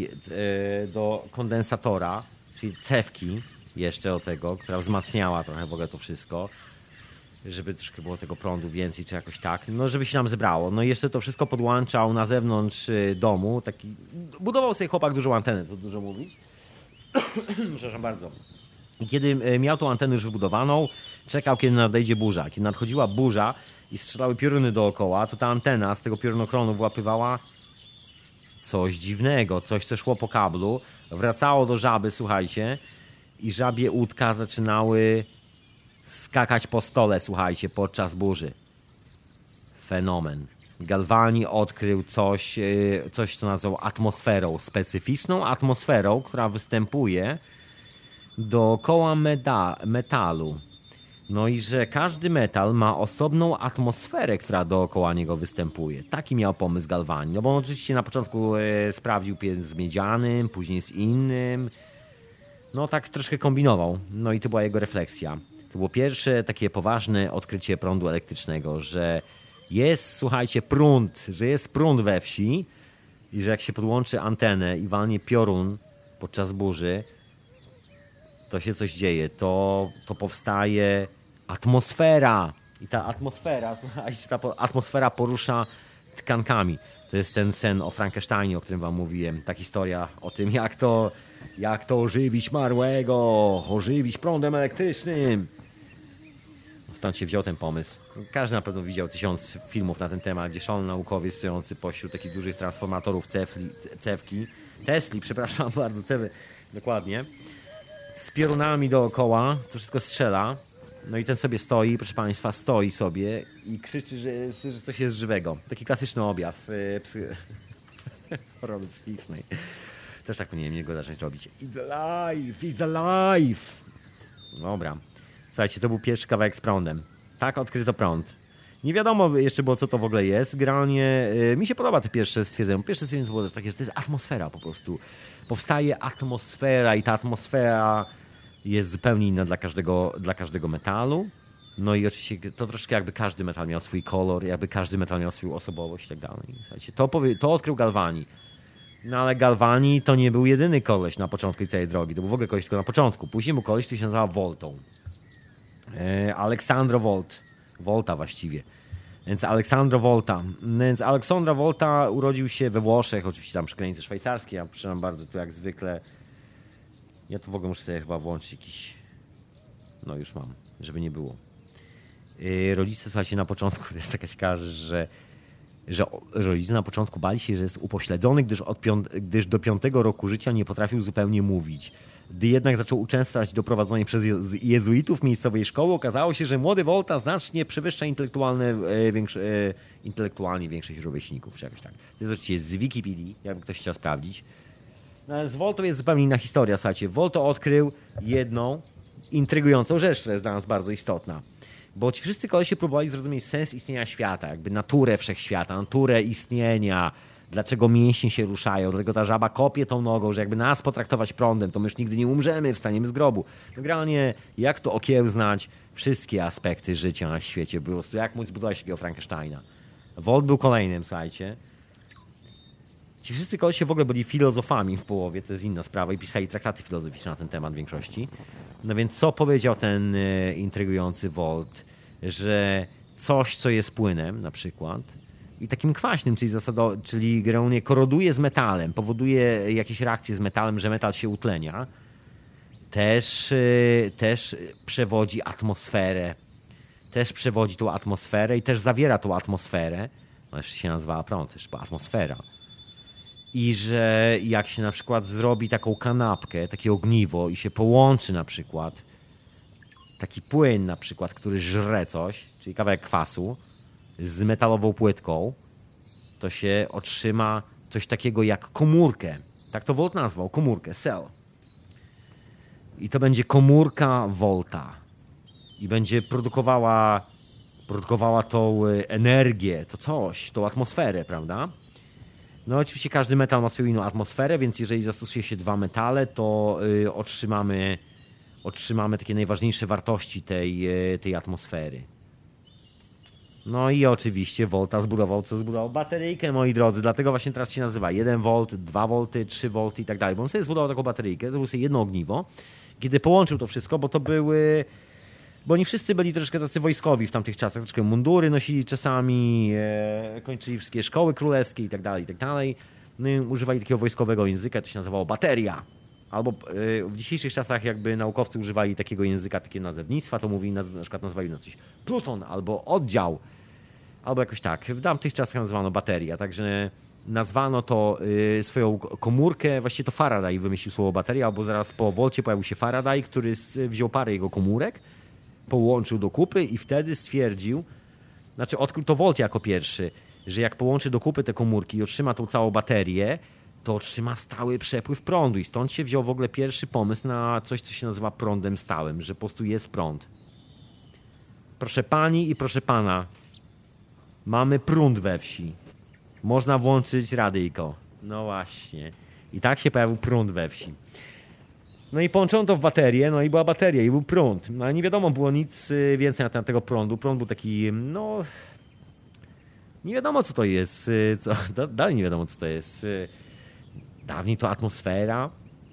do kondensatora, czyli cewki jeszcze do tego, która wzmacniała trochę w ogóle to wszystko, żeby troszkę było tego prądu więcej, czy jakoś tak, no żeby się nam zebrało. No i jeszcze to wszystko podłączał na zewnątrz domu, budował sobie chłopak dużą antenę, to dużo mówić. Przepraszam bardzo. I kiedy miał tą antenę już wybudowaną, czekał, kiedy nadejdzie burza. Kiedy nadchodziła burza i strzelały pioruny dookoła, to ta antena z tego piorunochronu wyłapywała coś dziwnego, coś, co szło po kablu, wracało do żaby, słuchajcie, i żabie łódka zaczynały skakać po stole, słuchajcie, podczas burzy. Fenomen. Galvani odkrył coś, co nazwał atmosferą, specyficzną atmosferą, która występuje dookoła metalu. No i że każdy metal ma osobną atmosferę, która dookoła niego występuje. Taki miał pomysł Galvani. No bo on oczywiście na początku sprawdził z miedzianym, później z innym. No tak troszkę kombinował. No i to była jego refleksja. To było pierwsze takie poważne odkrycie prądu elektrycznego, że jest, słuchajcie, prąd, że jest prąd we wsi i że jak się podłączy antenę i walnie piorun podczas burzy, to się coś dzieje. To powstaje atmosfera. I ta atmosfera, słuchajcie, ta atmosfera porusza tkankami. To jest ten sen o Frankensteinie, o którym wam mówiłem. Ta historia o tym, jak to ożywić marłego, ożywić prądem elektrycznym. Stąd się wziął ten pomysł. Każdy na pewno widział 1000 filmów na ten temat, gdzie szalony naukowiec stojący pośród takich dużych transformatorów Tesli, przepraszam bardzo, dokładnie, z piorunami dookoła, to wszystko strzela. No i ten sobie stoi, proszę Państwa, stoi sobie i krzyczy, że coś jest żywego. Taki klasyczny objaw choroby psychicznej. Też tak powinienem niego zacząć robić. It's alive, it's alive. Dobra. Słuchajcie, to był pierwszy kawałek z prądem. Tak odkryto prąd. Nie wiadomo jeszcze było, co to w ogóle jest. Generalnie mi się podoba te pierwsze stwierdzenie. Pierwsze stwierdzenie to było też takie, że to jest atmosfera po prostu. Powstaje atmosfera i ta atmosfera jest zupełnie inna dla każdego metalu. No i oczywiście to troszkę jakby każdy metal miał swój kolor, jakby każdy metal miał swoją osobowość i tak dalej. Słuchajcie, to odkrył Galvani. No ale Galvani to nie był jedyny koleś na początku całej drogi. To był w ogóle koleś tylko na początku. Później był koleś, który się nazywał Voltą. Aleksandro Volta właściwie. Więc Aleksandro Volta urodził się we Włoszech, oczywiście tam przy granicy szwajcarskiej. Ja przyznam bardzo tu jak zwykle. Ja tu w ogóle muszę sobie chyba włączyć jakiś... No już mam, żeby nie było. Rodzice, słuchajcie, na początku, to jest taka ciekawa rzecz, że rodzice na początku bali się, że jest upośledzony, gdyż do 5 roku życia nie potrafił zupełnie mówić. Gdy jednak zaczął uczęszczać do prowadzonej przez jezuitów miejscowej szkoły, okazało się, że młody Volta znacznie przewyższa intelektualnie większość rówieśników, czy jakoś tak. To jest oczywiście z Wikipedii, jakby ktoś chciał sprawdzić. No, ale z Voltą jest zupełnie inna historia, słuchajcie. Volta odkrył jedną intrygującą rzecz, która jest dla nas bardzo istotna. Bo ci wszyscy kolesie próbowali zrozumieć sens istnienia świata, jakby naturę wszechświata, naturę istnienia, dlaczego mięśnie się ruszają, dlatego ta żaba kopie tą nogą, że jakby nas potraktować prądem, to my już nigdy nie umrzemy, wstaniemy z grobu. No generalnie jak to okiełznać wszystkie aspekty życia na świecie, po prostu jak móc zbudować takiego Frankensteina. Volt był kolejnym, słuchajcie. Ci wszyscy kolesie w ogóle byli filozofami w połowie, to jest inna sprawa, i pisali traktaty filozoficzne na ten temat w większości. No więc co powiedział ten intrygujący Volt? Że coś, co jest płynem na przykład i takim kwaśnym, czyli generalnie koroduje z metalem, powoduje jakieś reakcje z metalem, że metal się utlenia, też przewodzi atmosferę. Też przewodzi tą atmosferę i też zawiera tą atmosferę. No jeszcze się nazywała prąd, też atmosfera. I że jak się na przykład zrobi taką kanapkę, takie ogniwo i się połączy na przykład taki płyn na przykład, który żre coś, czyli kawałek kwasu z metalową płytką, to się otrzyma coś takiego jak komórkę. Tak to Volt nazwał, komórkę, cell. I to będzie komórka Volta. I będzie produkowała tą energię, to coś, tą atmosferę, prawda? No oczywiście każdy metal ma swoją inną atmosferę, więc jeżeli zastosuje się 2 metale, to otrzymamy takie najważniejsze wartości tej atmosfery. No i oczywiście Volta zbudował bateryjkę, moi drodzy, dlatego właśnie teraz się nazywa 1 V, 2 V, 3 V i tak dalej, bo on sobie zbudował taką bateryjkę, to było sobie jedno ogniwo, kiedy połączył to wszystko, bo oni wszyscy byli troszkę tacy wojskowi w tamtych czasach, troszkę mundury nosili czasami, kończyli wszystkie szkoły królewskie i tak dalej. No i używali takiego wojskowego języka, to się nazywało bateria. Albo w dzisiejszych czasach jakby naukowcy używali takiego języka, takie nazewnictwa, to mówili, na przykład nazwali coś pluton albo oddział, albo jakoś tak. W tamtych czasach nazwano bateria, także nazwano to swoją komórkę, właściwie to Faraday wymyślił słowo bateria, bo zaraz po Volcie pojawił się Faraday, który wziął parę jego komórek, połączył do kupy i wtedy stwierdził, odkrył to Volt jako pierwszy, że jak połączy do kupy te komórki i otrzyma tą całą baterię, to otrzyma stały przepływ prądu i stąd się wziął w ogóle pierwszy pomysł na coś, co się nazywa prądem stałym, że po prostu jest prąd. Proszę pani i proszę pana, mamy prąd we wsi. Można włączyć radyjko. No właśnie. I tak się pojawił prąd we wsi. No i połączono to w baterię, no i była bateria i był prąd. No ale nie wiadomo było nic więcej na temat tego prądu. Prąd był taki, no... Nie wiadomo co to jest. Dalej nie wiadomo co to jest. Dawniej to atmosfera.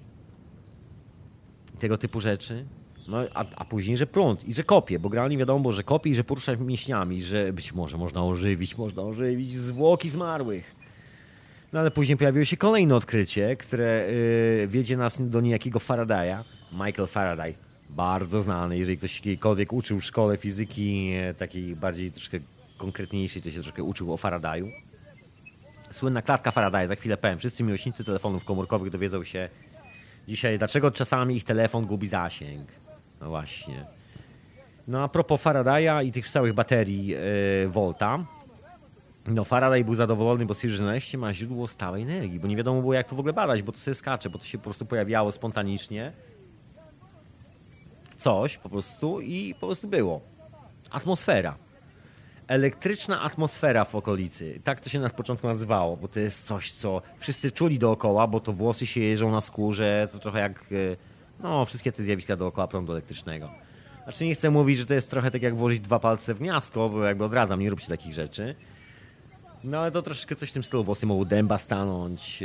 Tego typu rzeczy. No a później, że prąd i że kopie, bo generalnie wiadomo było, że kopie i że porusza mięśniami, że być może można ożywić zwłoki zmarłych. No ale później pojawiło się kolejne odkrycie, które wiedzie nas do niejakiego Faradaya. Michael Faraday, bardzo znany. Jeżeli ktoś kiedykolwiek uczył w szkole fizyki takiej bardziej troszkę konkretniejszej, to się troszkę uczył o Faradaju. Słynna klatka Faradaya, za chwilę powiem. Wszyscy miłośnicy telefonów komórkowych dowiedzą się dzisiaj, dlaczego czasami ich telefon gubi zasięg. No właśnie. No a propos Faradaya i tych całych baterii Volta, no Faraday był zadowolony, bo stwierdził, że nareszcie ma źródło stałej energii, bo nie wiadomo było jak to w ogóle badać, bo to sobie skacze, bo to się po prostu pojawiało spontanicznie. coś po prostu i po prostu było. Atmosfera. Elektryczna atmosfera w okolicy. Tak to się na początku nazywało, bo to jest coś, co wszyscy czuli dookoła, bo to włosy się jeżą na skórze, to trochę jak wszystkie te zjawiska dookoła prądu elektrycznego. Znaczy nie chcę mówić, że to jest trochę tak jak włożyć 2 palce w gniazdko, bo jakby odradzam, nie róbcie takich rzeczy. No ale to troszeczkę coś w tym stylu, włosy mogą dęba stanąć.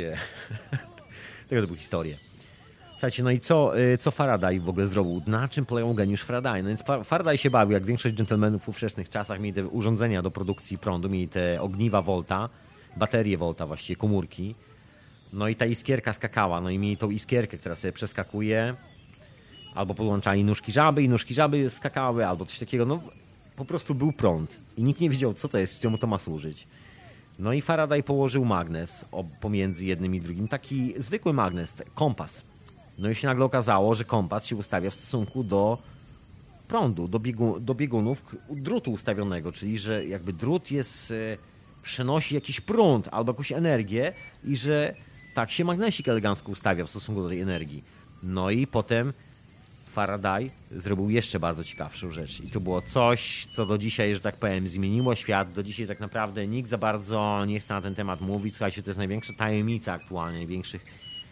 Tego typu historie. Słuchajcie, no i co Faraday w ogóle zrobił? Na czym polegał geniusz Faraday? No więc Faraday się bawił, jak większość dżentelmenów w ówczesnych czasach, mieli te urządzenia do produkcji prądu, mieli te ogniwa Volta, baterie Volta właściwie, komórki. No i ta iskierka skakała, no i mieli tą iskierkę, która sobie przeskakuje, albo podłączali nóżki żaby i nóżki żaby skakały, albo coś takiego, no po prostu był prąd i nikt nie wiedział, co to jest, czemu to ma służyć. No i Faraday położył magnes pomiędzy jednym i drugim, taki zwykły magnes, kompas. No i się nagle okazało, że kompas się ustawia w stosunku do prądu, do biegunów drutu ustawionego, czyli że jakby drut przenosi jakiś prąd albo jakąś energię i że tak się magnesik elegancko ustawia w stosunku do tej energii. No i potem Faraday zrobił jeszcze bardzo ciekawszą rzecz i to było coś, co do dzisiaj, że tak powiem, zmieniło świat. Do dzisiaj tak naprawdę nikt za bardzo nie chce na ten temat mówić. Słuchajcie, to jest największa tajemnica aktualnie, największych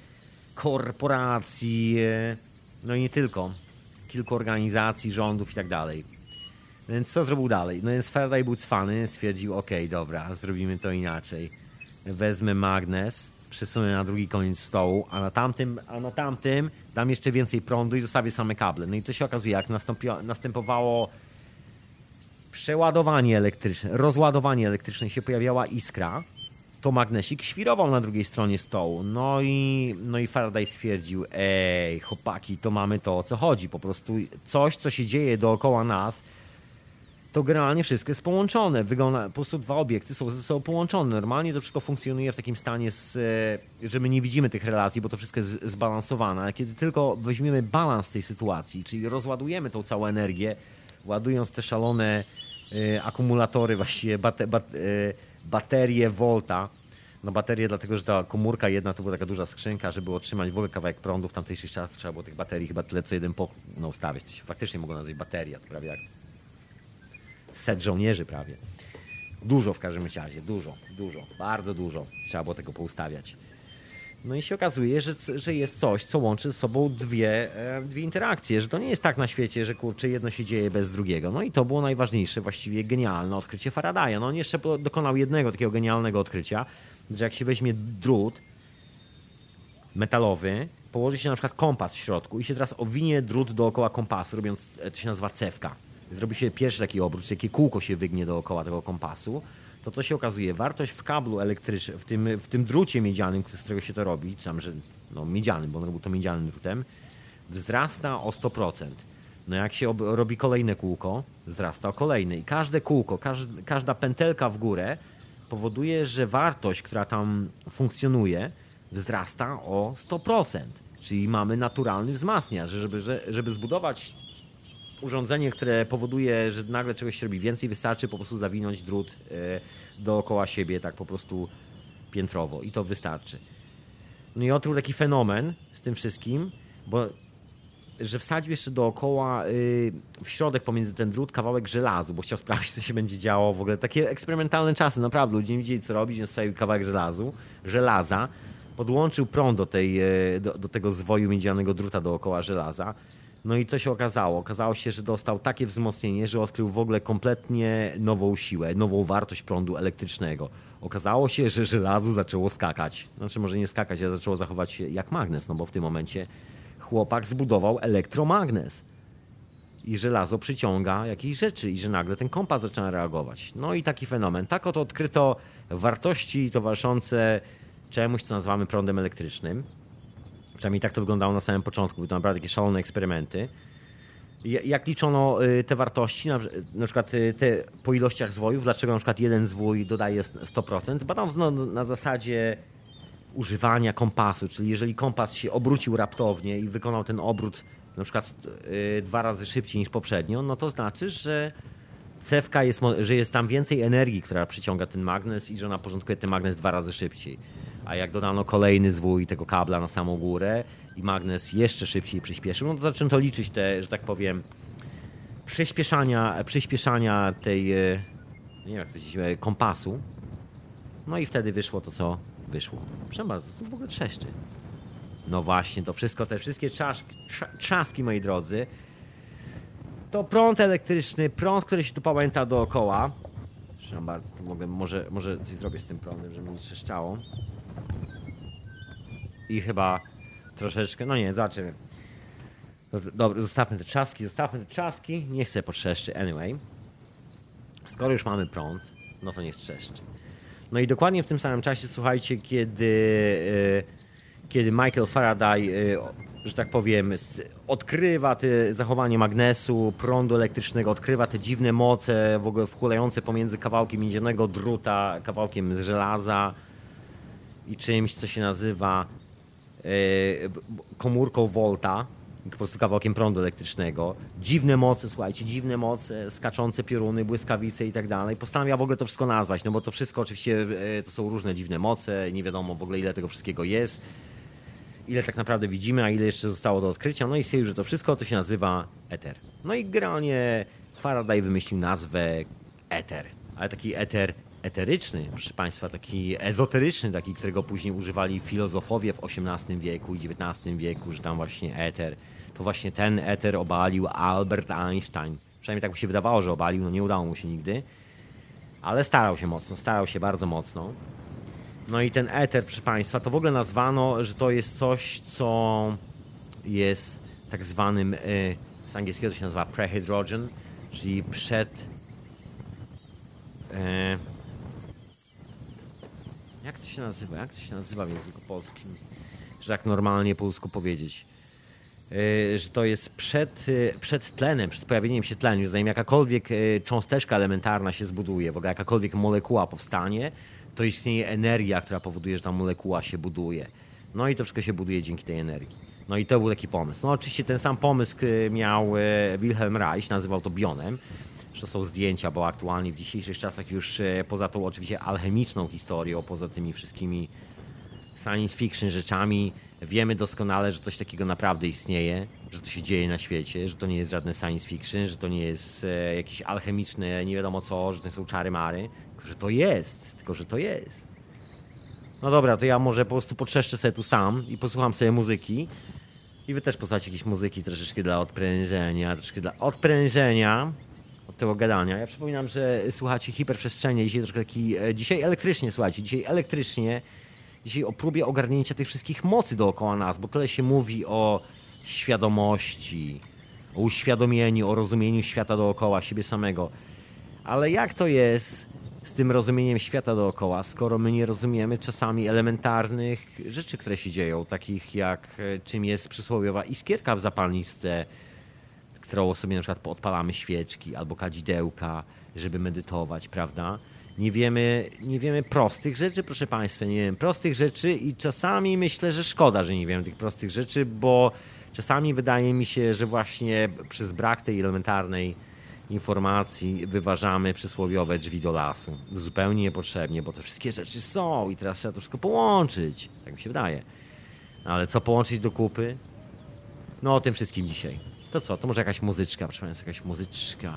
korporacji, no i nie tylko, kilku organizacji, rządów i tak dalej. Więc co zrobił dalej? No więc Faraday był cwany, stwierdził, okej, dobra, zrobimy to inaczej. Wezmę magnes, przesunę na drugi koniec stołu, a na tamtym dam jeszcze więcej prądu i zostawię same kable. No i co się okazuje, jak następowało przeładowanie elektryczne, rozładowanie elektryczne i się pojawiała iskra, to magnesik świrował na drugiej stronie stołu. No i Faraday stwierdził, chłopaki, to mamy to, o co chodzi. Po prostu coś, co się dzieje dookoła nas, to generalnie wszystko jest połączone. Wygląda, po prostu 2 obiekty są ze sobą połączone. Normalnie to wszystko funkcjonuje w takim stanie, że my nie widzimy tych relacji, bo to wszystko jest zbalansowane. Ale kiedy tylko weźmiemy balans tej sytuacji, czyli rozładujemy tą całą energię, ładując te szalone akumulatory, właściwie baterie Volta. No baterie dlatego, że ta komórka jedna to była taka duża skrzynka, żeby otrzymać w ogóle kawałek prądu. W tamtejszych czasach trzeba było tych baterii chyba tyle co jeden ustawiać. To się faktycznie mogło nazwać bateria, to prawie jak set żołnierzy prawie. Dużo w każdym razie, dużo, bardzo dużo trzeba było tego poustawiać. No i się okazuje, że jest coś, co łączy ze sobą dwie interakcje, że to nie jest tak na świecie, że kurczę, jedno się dzieje bez drugiego. No i to było najważniejsze, właściwie genialne odkrycie Faradaya. No on jeszcze dokonał jednego takiego genialnego odkrycia, że jak się weźmie drut metalowy, położy się na przykład kompas w środku i się teraz owinie drut dookoła kompasu, robiąc, to się nazywa cewka. Zrobi się pierwszy taki obrót, takie kółko się wygnie dookoła tego kompasu. To co się okazuje, wartość w kablu elektrycznym, w tym drucie miedzianym, z którego się to robi, czy tam, że miedzianym, bo on robił to miedzianym drutem, wzrasta o 100%. No jak się robi kolejne kółko, wzrasta o kolejne. I każde kółko, każda pętelka w górę powoduje, że wartość, która tam funkcjonuje, wzrasta o 100%. Czyli mamy naturalny wzmacniacz, żeby zbudować urządzenie, które powoduje, że nagle czegoś się robi więcej, wystarczy po prostu zawinąć drut dookoła siebie, tak po prostu piętrowo i to wystarczy. No i odkrył taki fenomen z tym wszystkim, że wsadził jeszcze dookoła w środek pomiędzy ten drut kawałek żelazu, bo chciał sprawdzić, co się będzie działo w ogóle. Takie eksperymentalne czasy, naprawdę, ludzie nie wiedzieli, co robić, więc wsadził kawałek żelaza, podłączył prąd do tego zwoju miedzianego druta dookoła żelaza. No i co się okazało? Okazało się, że dostał takie wzmocnienie, że odkrył w ogóle kompletnie nową siłę, nową wartość prądu elektrycznego. Okazało się, że żelazo zaczęło skakać. Znaczy może nie skakać, ale zaczęło zachować się jak magnes, no bo w tym momencie chłopak zbudował elektromagnes. I żelazo przyciąga jakieś rzeczy i że nagle ten kompas zaczyna reagować. No i taki fenomen. Tak oto odkryto wartości towarzyszące czemuś, co nazywamy prądem elektrycznym. Przynajmniej tak to wyglądało na samym początku. Były to naprawdę takie szalone eksperymenty. Jak liczono te wartości, na przykład po ilościach zwojów, dlaczego na przykład jeden zwój dodaje 100%? Badano na zasadzie używania kompasu, czyli jeżeli kompas się obrócił raptownie i wykonał ten obrót na przykład 2 razy szybciej niż poprzednio, no to znaczy, że że jest tam więcej energii, która przyciąga ten magnes i że ona porządkuje ten magnes 2 razy szybciej. A jak dodano kolejny zwój tego kabla na samą górę i magnes jeszcze szybciej przyspieszył, no to zaczęto liczyć te, że tak powiem, przyspieszania tej, nie wiem jak powiedzieć, kompasu. No i wtedy wyszło to, co wyszło. Proszę bardzo, to w ogóle trzeszczy. No właśnie, to wszystko, te wszystkie trzaski, moi drodzy, to prąd elektryczny, prąd, który się tu pamięta dookoła. Proszę bardzo, to mogę, może coś zrobię z tym prądem, żeby mi trzeszczało. I chyba troszeczkę, no nie, zobaczymy. Dobra, zostawmy te trzaski, niech sobie potrzeszczy, anyway. Skoro już mamy prąd, no to niech trzeszczy. No i dokładnie w tym samym czasie, słuchajcie, kiedy Michael Faraday, że tak powiem, odkrywa te zachowanie magnesu, prądu elektrycznego, odkrywa te dziwne moce w ogóle wchłaniające pomiędzy kawałkiem miedzianego druta, kawałkiem z żelaza i czymś, co się nazywa komórką Volta, po prostu kawałkiem prądu elektrycznego. Dziwne moce, słuchajcie, dziwne moce, skaczące pioruny, błyskawice i tak dalej. Postanawia w ogóle to wszystko nazwać, no bo to wszystko oczywiście to są różne dziwne moce, nie wiadomo w ogóle ile tego wszystkiego jest, ile tak naprawdę widzimy, a ile jeszcze zostało do odkrycia. No i stwierdził, że to wszystko to się nazywa eter. No i generalnie Faraday wymyślił nazwę eter, ale taki eter eteryczny, proszę Państwa, taki ezoteryczny, taki, którego później używali filozofowie w XVIII wieku i XIX wieku, że tam właśnie eter, to właśnie ten eter obalił Albert Einstein. Przynajmniej tak mu się wydawało, że obalił, no nie udało mu się nigdy, ale starał się bardzo mocno. No i ten eter, proszę Państwa, to w ogóle nazwano, że to jest coś, co jest tak zwanym, z angielskiego to się nazywa prehydrogen, czyli jak to się nazywa w języku polskim? Że tak normalnie po polsku powiedzieć. Że to jest przed tlenem, przed pojawieniem się tlenu, zanim jakakolwiek cząsteczka elementarna się zbuduje, w ogóle jakakolwiek molekuła powstanie, to istnieje energia, która powoduje, że ta molekuła się buduje. No i to wszystko się buduje dzięki tej energii. No i to był taki pomysł. No oczywiście ten sam pomysł miał Wilhelm Reich, nazywał to bionem. To są zdjęcia, bo aktualnie w dzisiejszych czasach już poza tą oczywiście alchemiczną historią, poza tymi wszystkimi science fiction rzeczami, wiemy doskonale, że coś takiego naprawdę istnieje, że to się dzieje na świecie, że to nie jest żadne science fiction, że to nie jest jakieś alchemiczne nie wiadomo co, że to są czary-mary, tylko że to jest. No dobra, to ja może po prostu potrzeszczę sobie tu sam i posłucham sobie muzyki i wy też posłuchacie jakieś muzyki troszeczkę dla odprężenia od tego gadania. Ja przypominam, że słuchacie Hiperprzestrzenie. Dzisiaj elektrycznie, słuchajcie, dzisiaj o próbie ogarnięcia tych wszystkich mocy dookoła nas, bo tyle się mówi o świadomości, o uświadomieniu, o rozumieniu świata dookoła, siebie samego. Ale jak to jest z tym rozumieniem świata dookoła, skoro my nie rozumiemy czasami elementarnych rzeczy, które się dzieją, takich jak czym jest przysłowiowa iskierka w zapalniczce, którą sobie na przykład odpalamy świeczki albo kadzidełka, żeby medytować, prawda? Nie wiemy prostych rzeczy, proszę Państwa, nie wiem prostych rzeczy i czasami myślę, że szkoda, że nie wiemy tych prostych rzeczy, bo czasami wydaje mi się, że właśnie przez brak tej elementarnej informacji wyważamy przysłowiowe drzwi do lasu. Zupełnie niepotrzebnie, bo te wszystkie rzeczy są i teraz trzeba to wszystko połączyć. Tak mi się wydaje. Ale co połączyć do kupy? No o tym wszystkim dzisiaj. To co? To może jakaś muzyczka, proszę Państwa, jakaś muzyczka.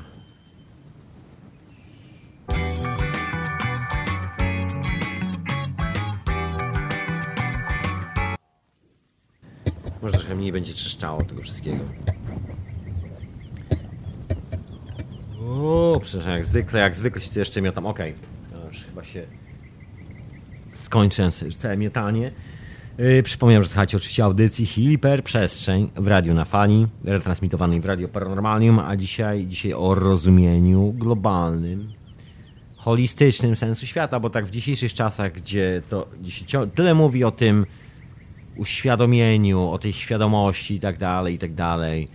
Może trochę mniej będzie trzeszczało tego wszystkiego. O, przepraszam, jak zwykle się tu jeszcze miotam. Okej, to już chyba się skończę całe miotanie. Przypomniałem, że słuchacie oczywiście audycji Hiperprzestrzeń w Radiu na Fali, retransmitowanej w Radio Paranormalium, a dzisiaj o rozumieniu globalnym, holistycznym sensu świata, bo tak w dzisiejszych czasach, gdzie to dzisiaj tyle mówi o tym uświadomieniu, o tej świadomości i tak dalej.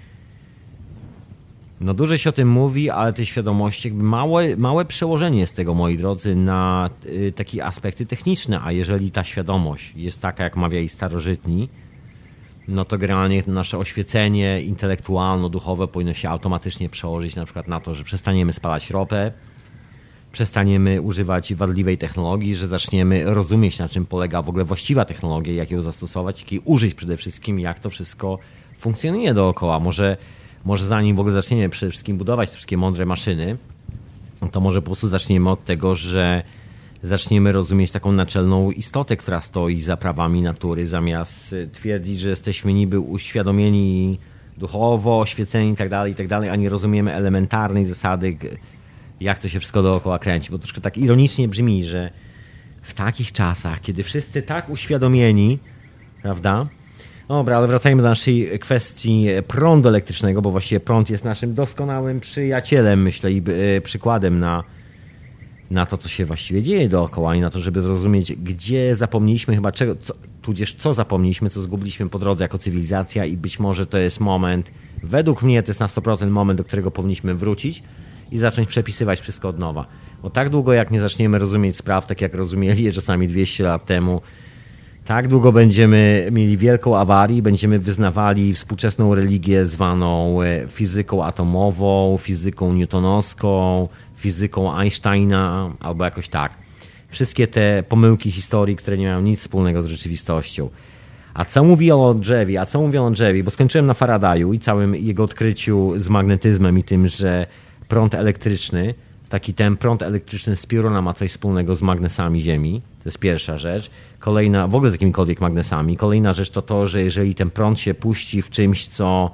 No dużo się o tym mówi, ale tej świadomości jakby małe przełożenie jest tego, moi drodzy, na takie aspekty techniczne, a jeżeli ta świadomość jest taka, jak mawiali starożytni, no to generalnie nasze oświecenie intelektualno-duchowe powinno się automatycznie przełożyć na przykład na to, że przestaniemy spalać ropę, przestaniemy używać wadliwej technologii, że zaczniemy rozumieć, na czym polega w ogóle właściwa technologia, jak ją zastosować, jak jej użyć przede wszystkim, jak to wszystko funkcjonuje dookoła. Może zanim w ogóle zaczniemy przede wszystkim budować te wszystkie mądre maszyny, to może po prostu zaczniemy od tego, że zaczniemy rozumieć taką naczelną istotę, która stoi za prawami natury, zamiast twierdzić, że jesteśmy niby uświadomieni duchowo, oświeceni itd., a nie rozumiemy elementarnej zasady, jak to się wszystko dookoła kręci. Bo troszkę tak ironicznie brzmi, że w takich czasach, kiedy wszyscy tak uświadomieni, prawda? Dobra, ale wracajmy do naszej kwestii prądu elektrycznego, bo właściwie prąd jest naszym doskonałym przyjacielem, myślę, i przykładem na to, co się właściwie dzieje dookoła i na to, żeby zrozumieć, gdzie zapomnieliśmy chyba czego, tudzież co zapomnieliśmy, co zgubiliśmy po drodze jako cywilizacja i być może to jest moment, według mnie to jest na 100% moment, do którego powinniśmy wrócić i zacząć przepisywać wszystko od nowa. Bo tak długo, jak nie zaczniemy rozumieć spraw, tak jak rozumieli je czasami 200 lat temu, tak długo będziemy mieli wielką awarię, będziemy wyznawali współczesną religię zwaną fizyką atomową, fizyką newtonowską, fizyką Einsteina albo jakoś tak. Wszystkie te pomyłki historii, które nie mają nic wspólnego z rzeczywistością. A co mówią o drzewie? Bo skończyłem na Faradaju i całym jego odkryciu z magnetyzmem i tym, że prąd elektryczny, taki ten prąd elektryczny z pioruna ma coś wspólnego z magnesami Ziemi. To jest pierwsza rzecz. Kolejna, w ogóle z jakimikolwiek magnesami. Kolejna rzecz to to, że jeżeli ten prąd się puści w czymś, co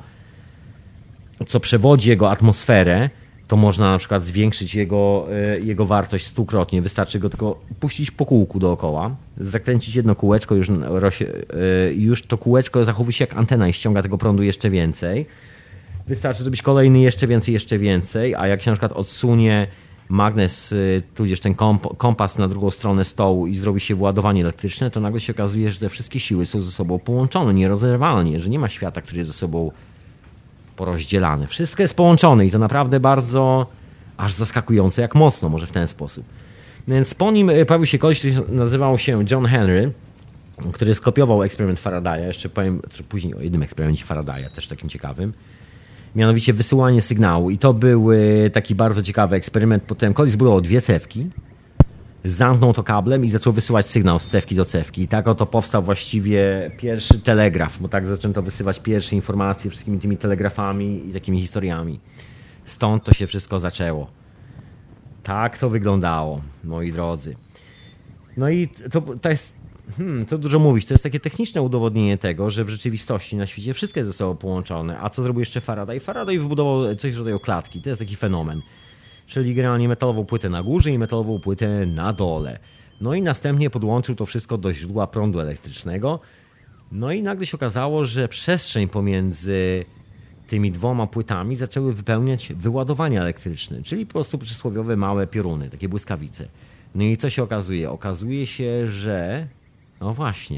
przewodzi jego atmosferę, to można na przykład zwiększyć jego wartość 100-krotnie. Wystarczy go tylko puścić po kółku dookoła, zakręcić jedno kółeczko, już to kółeczko zachowuje się jak antena i ściąga tego prądu jeszcze więcej. Wystarczy zrobić kolejny jeszcze więcej, a jak się na przykład odsunie magnes, tudzież ten kompas na drugą stronę stołu i zrobi się władowanie elektryczne, to nagle się okazuje, że te wszystkie siły są ze sobą połączone nierozerwalnie, że nie ma świata, który jest ze sobą porozdzielany. Wszystko jest połączone i to naprawdę bardzo aż zaskakujące, jak mocno, może w ten sposób. Więc po nim pojawił się koleś, który nazywał się John Henry, który skopiował eksperyment Faradaya. Jeszcze powiem później o jednym eksperymencie Faradaya, też takim ciekawym. Mianowicie wysyłanie sygnału. I to był taki bardzo ciekawy eksperyment. Potem koleś zbudował 2 cewki, zamknął to kablem i zaczął wysyłać sygnał z cewki do cewki. I tak oto powstał właściwie pierwszy telegraf, bo tak zaczęto wysyłać pierwsze informacje wszystkimi tymi telegrafami i takimi historiami. Stąd to się wszystko zaczęło. Tak to wyglądało, moi drodzy. No i to jest, to dużo mówić, to jest takie techniczne udowodnienie tego, że w rzeczywistości na świecie wszystko jest ze sobą połączone. A co zrobił jeszcze Faraday? Faraday wybudował coś w rodzaju klatki, to jest taki fenomen. Czyli generalnie metalową płytę na górze i metalową płytę na dole. No i następnie podłączył to wszystko do źródła prądu elektrycznego. No i nagle się okazało, że przestrzeń pomiędzy tymi 2 płytami zaczęły wypełniać wyładowania elektryczne, czyli po prostu przysłowiowe małe pioruny, takie błyskawice. No i co się okazuje? Okazuje się, że... No właśnie.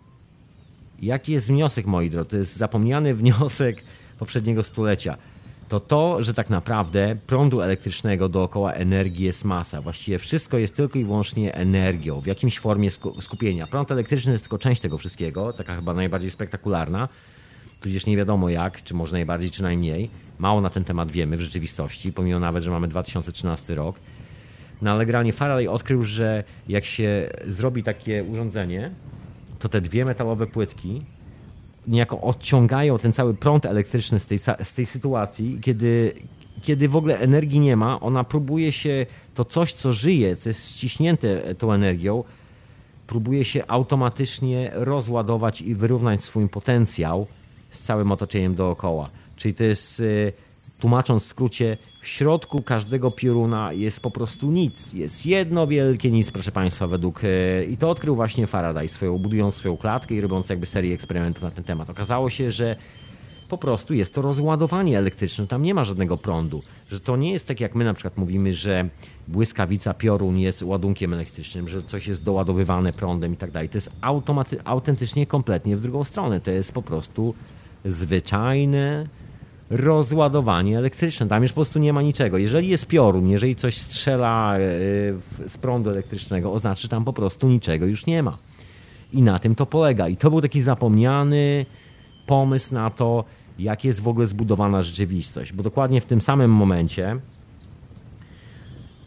Jaki jest wniosek, moi drodzy? To jest zapomniany wniosek poprzedniego stulecia. To, że tak naprawdę prądu elektrycznego dookoła energii jest masa. Właściwie wszystko jest tylko i wyłącznie energią, w jakimś formie skupienia. Prąd elektryczny jest tylko część tego wszystkiego, taka chyba najbardziej spektakularna, tudzież nie wiadomo jak, czy może najbardziej, czy najmniej. Mało na ten temat wiemy w rzeczywistości, pomimo nawet, że mamy 2013 rok. No ale generalnie Faraday odkrył, że jak się zrobi takie urządzenie, to te 2 metalowe płytki niejako odciągają ten cały prąd elektryczny z tej sytuacji, kiedy w ogóle energii nie ma, ona próbuje się, to coś co żyje, co jest ściśnięte tą energią, próbuje się automatycznie rozładować i wyrównać swój potencjał z całym otoczeniem dookoła. Czyli to jest, tłumacząc w skrócie, w środku każdego pioruna jest po prostu nic. Jest jedno wielkie nic, proszę Państwa, i to odkrył właśnie Faraday, budując swoją klatkę i robiąc jakby serię eksperymentów na ten temat. Okazało się, że po prostu jest to rozładowanie elektryczne, tam nie ma żadnego prądu. Że to nie jest tak jak my na przykład mówimy, że błyskawica, piorun jest ładunkiem elektrycznym, że coś jest doładowywane prądem i tak dalej. To jest autentycznie kompletnie w drugą stronę. To jest po prostu zwyczajne rozładowanie elektryczne. Tam już po prostu nie ma niczego. Jeżeli jest piorun, jeżeli coś strzela z prądu elektrycznego, oznacza, że tam po prostu niczego już nie ma. I na tym to polega. I to był taki zapomniany pomysł na to, jak jest w ogóle zbudowana rzeczywistość. Bo dokładnie w tym samym momencie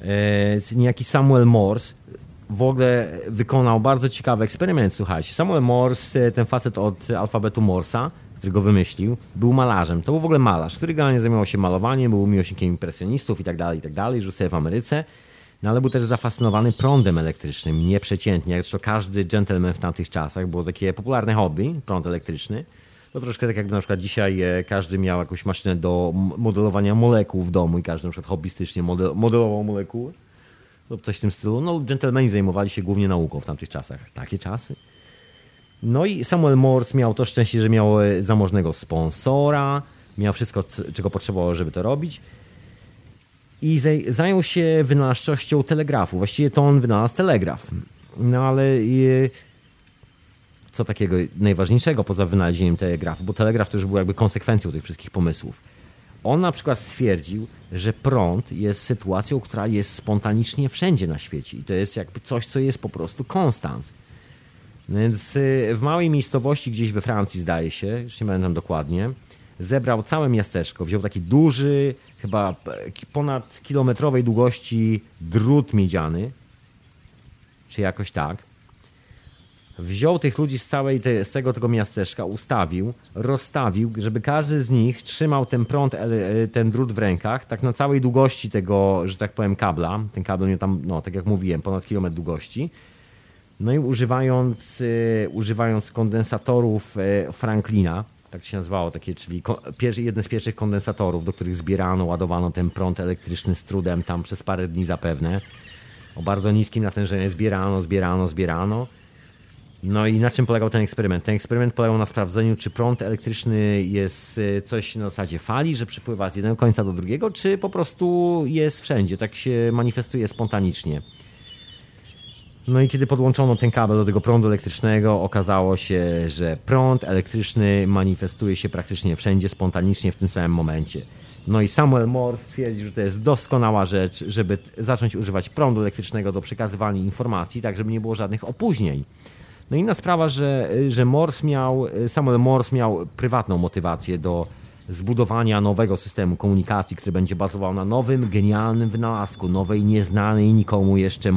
niejaki Samuel Morse w ogóle wykonał bardzo ciekawy eksperyment, słuchajcie. Samuel Morse, ten facet od alfabetu Morsa, który go wymyślił, był malarzem. To był w ogóle malarz, który generalnie zajmował się malowaniem, był miłośnikiem impresjonistów i tak dalej, żył sobie w Ameryce. No ale był też zafascynowany prądem elektrycznym, nieprzeciętnie. Jak to każdy gentleman w tamtych czasach, było takie popularne hobby, prąd elektryczny. To troszkę tak jakby na przykład dzisiaj każdy miał jakąś maszynę do modelowania molekuł w domu i każdy na przykład hobbystycznie modelował molekuły. Lub coś w tym stylu. No gentlemani zajmowali się głównie nauką w tamtych czasach. Takie czasy. No i Samuel Morse miał to szczęście, że miał zamożnego sponsora, miał wszystko, czego potrzebował, żeby to robić. I zajął się wynalazczością telegrafu. Właściwie to on wynalazł telegraf. No ale co takiego najważniejszego poza wynalezieniem telegrafu? Bo telegraf to już był jakby konsekwencją tych wszystkich pomysłów. On na przykład stwierdził, że prąd jest sytuacją, która jest spontanicznie wszędzie na świecie. I to jest jakby coś, co jest po prostu konstans. Więc w małej miejscowości gdzieś we Francji, zdaje się, już nie pamiętam dokładnie, zebrał całe miasteczko, wziął taki duży, chyba ponad kilometrowej długości drut miedziany, czy jakoś tak. Wziął tych ludzi z całego tego miasteczka, ustawił, rozstawił, żeby każdy z nich trzymał ten prąd, ten drut w rękach, tak na całej długości tego, że tak powiem, kabla. Ten kabel miał tam, no tak jak mówiłem, ponad kilometr długości. No i używając kondensatorów Franklina, tak się nazywało, takie, czyli jeden z pierwszych kondensatorów, do których ładowano ten prąd elektryczny z trudem tam przez parę dni zapewne. O bardzo niskim natężeniu zbierano. No i na czym polegał ten eksperyment? Ten eksperyment polegał na sprawdzeniu, czy prąd elektryczny jest coś na zasadzie fali, że przepływa z jednego końca do drugiego, czy po prostu jest wszędzie, tak się manifestuje spontanicznie. No i kiedy podłączono ten kabel do tego prądu elektrycznego, okazało się, że prąd elektryczny manifestuje się praktycznie wszędzie spontanicznie w tym samym momencie. No i Samuel Morse stwierdził, że to jest doskonała rzecz, żeby zacząć używać prądu elektrycznego do przekazywania informacji, tak żeby nie było żadnych opóźnień. No inna sprawa, że Samuel Morse miał prywatną motywację do zbudowania nowego systemu komunikacji, który będzie bazował na nowym, genialnym wynalazku, nowej, nieznanej nikomu jeszcze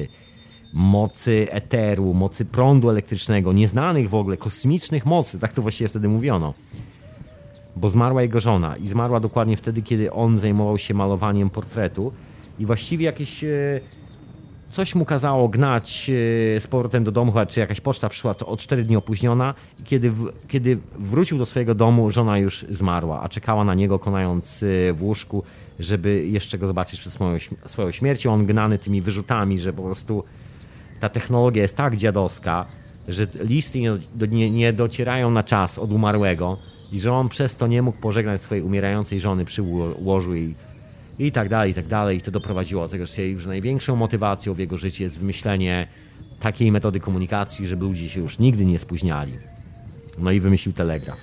mocy eteru, mocy prądu elektrycznego, nieznanych w ogóle, kosmicznych mocy, tak to właściwie wtedy mówiono. Bo zmarła jego żona i zmarła dokładnie wtedy, kiedy on zajmował się malowaniem portretu i właściwie jakieś coś mu kazało gnać z powrotem do domu, czy jakaś poczta przyszła o 4 dni opóźniona i kiedy wrócił do swojego domu, żona już zmarła, a czekała na niego konając w łóżku, żeby jeszcze go zobaczyć przed swoją śmiercią. On gnany tymi wyrzutami, że po prostu ta technologia jest tak dziadowska, że listy nie docierają na czas od umarłego i że on przez to nie mógł pożegnać swojej umierającej żony przy łożu i tak dalej, i tak dalej. I to doprowadziło do tego, że już największą motywacją w jego życiu jest wymyślenie takiej metody komunikacji, żeby ludzie się już nigdy nie spóźniali. No i wymyślił telegraf.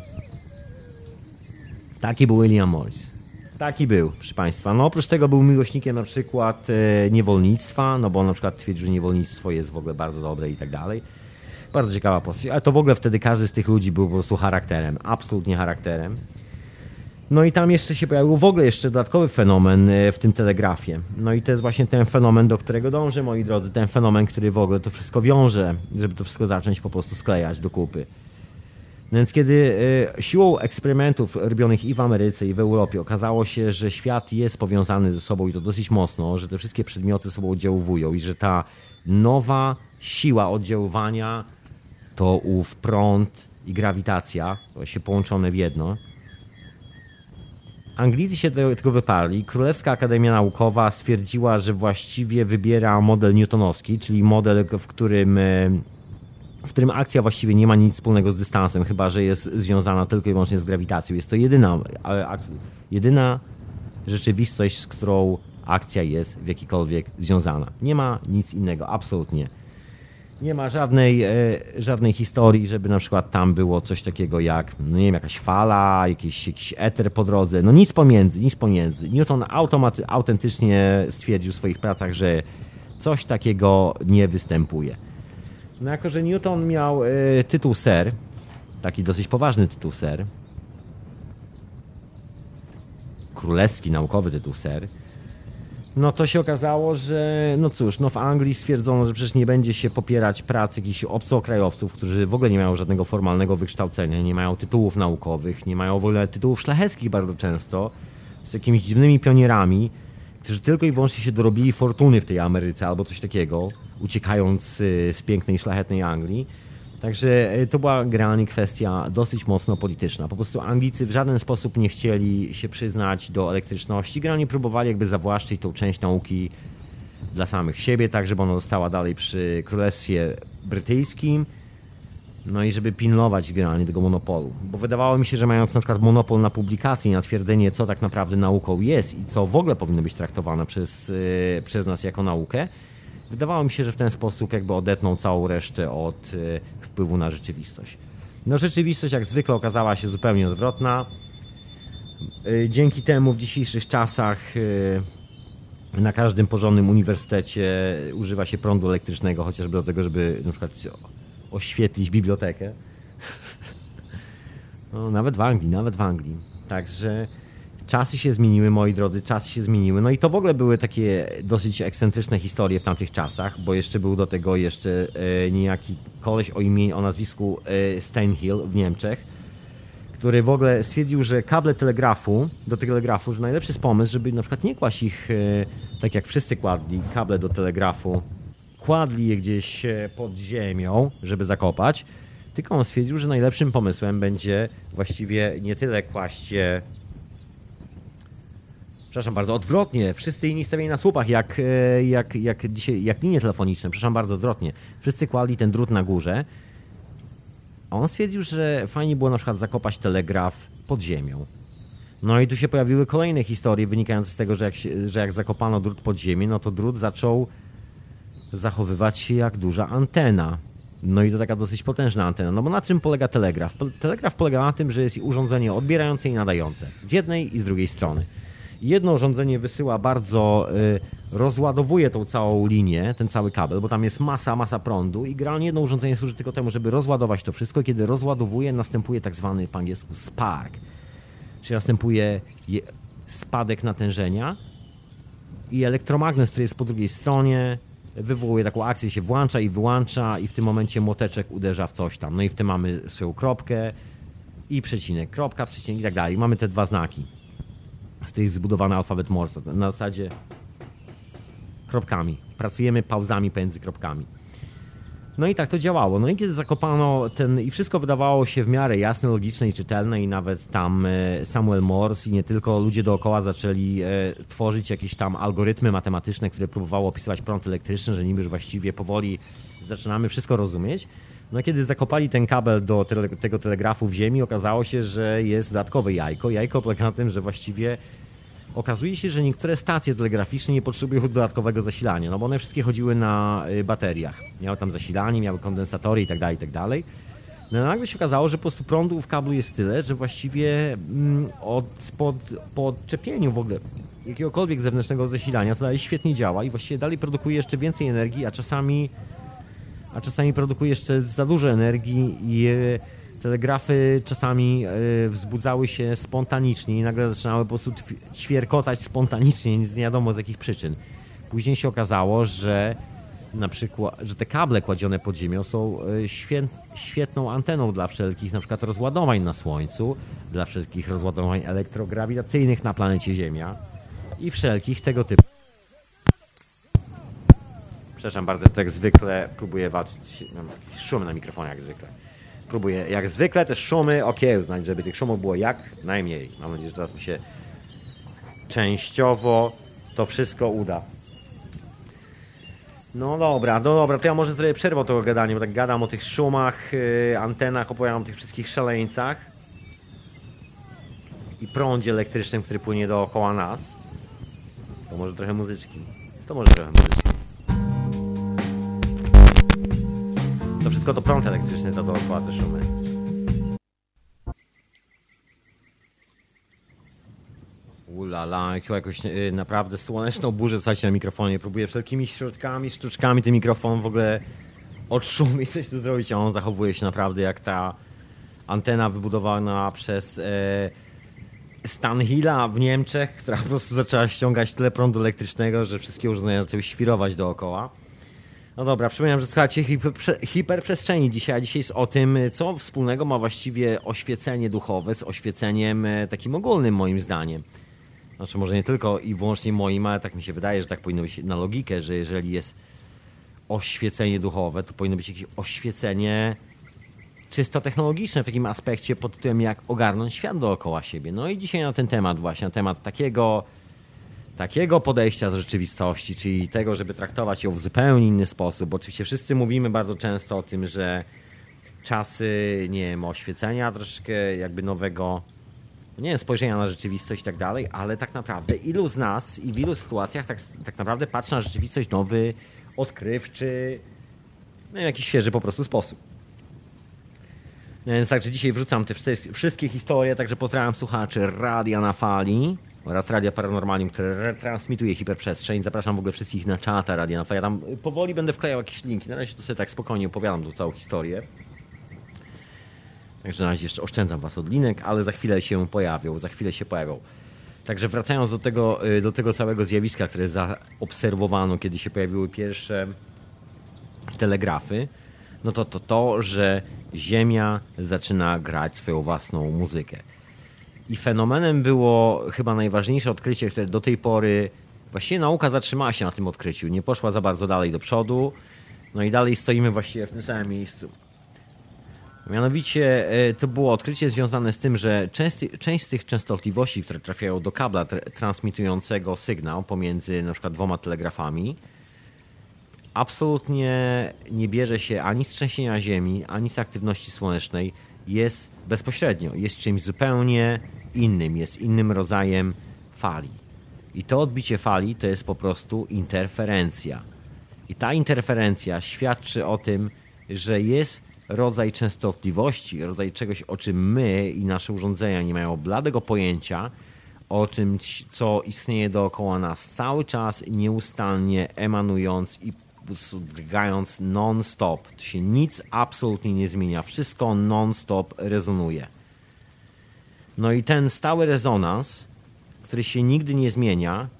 Taki był William Morse. Taki był, proszę Państwa. No oprócz tego był miłośnikiem na przykład niewolnictwa, no bo on na przykład twierdził, że niewolnictwo jest w ogóle bardzo dobre i tak dalej. Bardzo ciekawa postać. Ale to w ogóle wtedy każdy z tych ludzi był po prostu charakterem. Absolutnie charakterem. No i tam jeszcze się pojawił w ogóle jeszcze dodatkowy fenomen w tym telegrafie. No i to jest właśnie ten fenomen, do którego dążę, moi drodzy. Ten fenomen, który w ogóle to wszystko wiąże, żeby to wszystko zacząć po prostu sklejać do kupy. Więc kiedy siłą eksperymentów robionych i w Ameryce, i w Europie okazało się, że świat jest powiązany ze sobą i to dosyć mocno, że te wszystkie przedmioty sobą oddziaływują i że ta nowa siła oddziaływania to ów prąd i grawitacja się połączone w jedno. Anglicy się tego wyparli. Królewska Akademia Naukowa stwierdziła, że właściwie wybiera model newtonowski, czyli model, w którym akcja właściwie nie ma nic wspólnego z dystansem, chyba że jest związana tylko i wyłącznie z grawitacją. Jest to jedyna rzeczywistość, z którą akcja jest w jakikolwiek związana. Nie ma nic innego, absolutnie. Nie ma żadnej historii, żeby na przykład tam było coś takiego jak, no nie wiem, jakaś fala, jakiś eter po drodze. No nic pomiędzy. Newton autentycznie stwierdził w swoich pracach, że coś takiego nie występuje. No jako, że Newton miał tytuł Sir, taki dosyć poważny tytuł Sir, królewski naukowy tytuł Sir, No to się okazało, że no cóż, no w Anglii stwierdzono, że przecież nie będzie się popierać pracy jakichś obcokrajowców, którzy w ogóle nie mają żadnego formalnego wykształcenia, nie mają tytułów naukowych, nie mają w ogóle tytułów szlacheckich bardzo często, z jakimiś dziwnymi pionierami, którzy tylko i wyłącznie się dorobili fortuny w tej Ameryce albo coś takiego, uciekając z pięknej, szlachetnej Anglii. Także to była generalnie kwestia dosyć mocno polityczna. Po prostu Anglicy w żaden sposób nie chcieli się przyznać do elektryczności. Generalnie próbowali jakby zawłaszczyć tą część nauki dla samych siebie, tak żeby ona została dalej przy Królestwie Brytyjskim. No i żeby pilnować generalnie tego monopolu. Bo wydawało mi się, że mając na przykład monopol na publikacje i na twierdzenie, co tak naprawdę nauką jest i co w ogóle powinno być traktowane przez nas jako naukę, wydawało mi się, że w ten sposób jakby odetną całą resztę od wpływu na rzeczywistość. No rzeczywistość jak zwykle okazała się zupełnie odwrotna. Dzięki temu w dzisiejszych czasach na każdym porządnym uniwersytecie używa się prądu elektrycznego, chociażby do tego, żeby na przykład oświetlić bibliotekę. No, nawet w Anglii. Także czasy się zmieniły, moi drodzy, czasy się zmieniły. No i to w ogóle były takie dosyć ekscentryczne historie w tamtych czasach, bo jeszcze był do tego niejaki koleś o nazwisku Steinhill w Niemczech, który w ogóle stwierdził, że kable do telegrafu, że najlepszy jest pomysł, żeby na przykład nie kłaść ich, tak jak wszyscy kładli kable do telegrafu, kładli je gdzieś pod ziemią, żeby zakopać, tylko on stwierdził, że najlepszym pomysłem będzie właściwie nie tyle kłaść je, przepraszam bardzo, odwrotnie, wszyscy inni stawiali na słupach, jak dzisiaj, jak linie telefoniczne, przepraszam bardzo, odwrotnie, wszyscy kładli ten drut na górze, a on stwierdził, że fajnie było na przykład zakopać telegraf pod ziemią. No i tu się pojawiły kolejne historie wynikające z tego, że jak zakopano drut pod ziemię, no to drut zaczął zachowywać się jak duża antena. No i to taka dosyć potężna antena. No bo na czym polega telegraf? Telegraf polega na tym, że jest urządzenie odbierające i nadające. Z jednej i z drugiej strony. Jedno urządzenie wysyła bardzo, rozładowuje tą całą linię, ten cały kabel, bo tam jest masa prądu i generalnie jedno urządzenie służy tylko temu, żeby rozładować to wszystko. Kiedy rozładowuje, następuje tak zwany po angielsku spark. Czyli następuje spadek natężenia i elektromagnes, który jest po drugiej stronie, wywołuje taką akcję, się włącza i wyłącza i w tym momencie młoteczek uderza w coś tam. No i w tym mamy swoją kropkę i przecinek, kropka, przecinek i tak dalej. Mamy te dwa znaki. Z tych jest zbudowany alfabet Morse. Na zasadzie kropkami. Pracujemy pauzami pomiędzy kropkami. No i tak to działało. No i kiedy zakopano i wszystko wydawało się w miarę jasne, logiczne i czytelne i nawet tam Samuel Morse i nie tylko ludzie dookoła zaczęli tworzyć jakieś tam algorytmy matematyczne, które próbowały opisywać prąd elektryczny, że niby już właściwie powoli zaczynamy wszystko rozumieć. No kiedy zakopali ten kabel do tego telegrafu w ziemi, okazało się, że jest dodatkowe jajko. Jajko polega na tym, że właściwie okazuje się, że niektóre stacje telegraficzne nie potrzebują dodatkowego zasilania, no bo one wszystkie chodziły na bateriach. Miały tam zasilanie, miały kondensatory i tak dalej. No nagle się okazało, że po prostu prądu w kablu jest tyle, że właściwie po odczepieniu w ogóle jakiegokolwiek zewnętrznego zasilania to dalej świetnie działa i właściwie dalej produkuje jeszcze więcej energii, a czasami produkuje jeszcze za dużo energii i telegrafy czasami wzbudzały się spontanicznie i nagle zaczynały po prostu ćwierkotać spontanicznie, nie wiadomo z jakich przyczyn. Później się okazało, że na przykład, że te kable kładzione pod ziemią są świetną anteną dla wszelkich na przykład rozładowań na Słońcu, dla wszelkich rozładowań elektrograwitacyjnych na planecie Ziemia i wszelkich tego typu. Przepraszam bardzo, tak zwykle próbuję walczyć, mam jakieś szumy na mikrofonie jak zwykle. Próbuję jak zwykle te szumy okiełznać, żeby tych szumów było jak najmniej. Mam nadzieję, że teraz mi się częściowo to wszystko uda. No dobra, to ja może zrobię przerwę tego gadania, bo tak gadam o tych szumach, antenach, opowiadam o tych wszystkich szaleńcach i prądzie elektrycznym, który płynie dookoła nas. To może trochę muzyczki. To wszystko to prąd elektryczny, to dookoła te szumy. Ulala, jakąś naprawdę słoneczną burzę, słuchajcie, na mikrofonie. Próbuję wszelkimi środkami, sztuczkami ten mikrofon w ogóle odszumić, coś tu zrobić, a on zachowuje się naprawdę jak ta antena wybudowana przez Stanhilla w Niemczech, która po prostu zaczęła ściągać tyle prądu elektrycznego, że wszystkie urządzenia zaczęły świrować dookoła. No dobra, przypominam, że słuchacie hiperprzestrzeni dzisiaj, a dzisiaj jest o tym, co wspólnego ma właściwie oświecenie duchowe z oświeceniem takim ogólnym moim zdaniem. Znaczy może nie tylko i wyłącznie moim, ale tak mi się wydaje, że tak powinno być na logikę, że jeżeli jest oświecenie duchowe, to powinno być jakieś oświecenie czysto technologiczne w takim aspekcie pod tytułem jak ogarnąć świat dookoła siebie. No i dzisiaj na ten temat właśnie, na temat takiego podejścia do rzeczywistości, czyli tego, żeby traktować ją w zupełnie inny sposób. Bo oczywiście wszyscy mówimy bardzo często o tym, że czasy, nie wiem, oświecenia troszeczkę jakby nowego, nie wiem, spojrzenia na rzeczywistość i tak dalej, ale tak naprawdę ilu z nas i w ilu sytuacjach tak naprawdę patrzy na rzeczywistość nowy, odkrywczy, no jakiś świeży po prostu sposób. No więc także dzisiaj wrzucam te wszystkie historie, także pozdrawiam słuchaczy Radia na Fali oraz Radia Paranormalium, które retransmituje hiperprzestrzeń. Zapraszam w ogóle wszystkich na czata Radia na Fali. Ja tam powoli będę wklejał jakieś linki. Na razie to sobie tak spokojnie opowiadam tą całą historię. Także na razie jeszcze oszczędzam was od linek, ale za chwilę się pojawią. Także wracając do tego całego zjawiska, które zaobserwowano, kiedy się pojawiły pierwsze telegrafy, no to, że Ziemia zaczyna grać swoją własną muzykę. I fenomenem było chyba najważniejsze odkrycie, które do tej pory, właściwie nauka zatrzymała się na tym odkryciu, nie poszła za bardzo dalej do przodu, no i dalej stoimy właściwie w tym samym miejscu. Mianowicie to było odkrycie związane z tym, że część z tych częstotliwości, które trafiają do kabla transmitującego sygnał pomiędzy na przykład dwoma telegrafami, absolutnie nie bierze się ani z trzęsienia Ziemi, ani z aktywności słonecznej, jest bezpośrednio, jest czymś zupełnie innym, jest innym rodzajem fali. I to odbicie fali to jest po prostu interferencja. I ta interferencja świadczy o tym, że jest rodzaj częstotliwości, rodzaj czegoś, o czym my i nasze urządzenia nie mają bladego pojęcia, o czymś, co istnieje dookoła nas cały czas, nieustannie emanując i drgając non-stop. To się nic absolutnie nie zmienia. Wszystko non-stop rezonuje. No i ten stały rezonans, który się nigdy nie zmienia,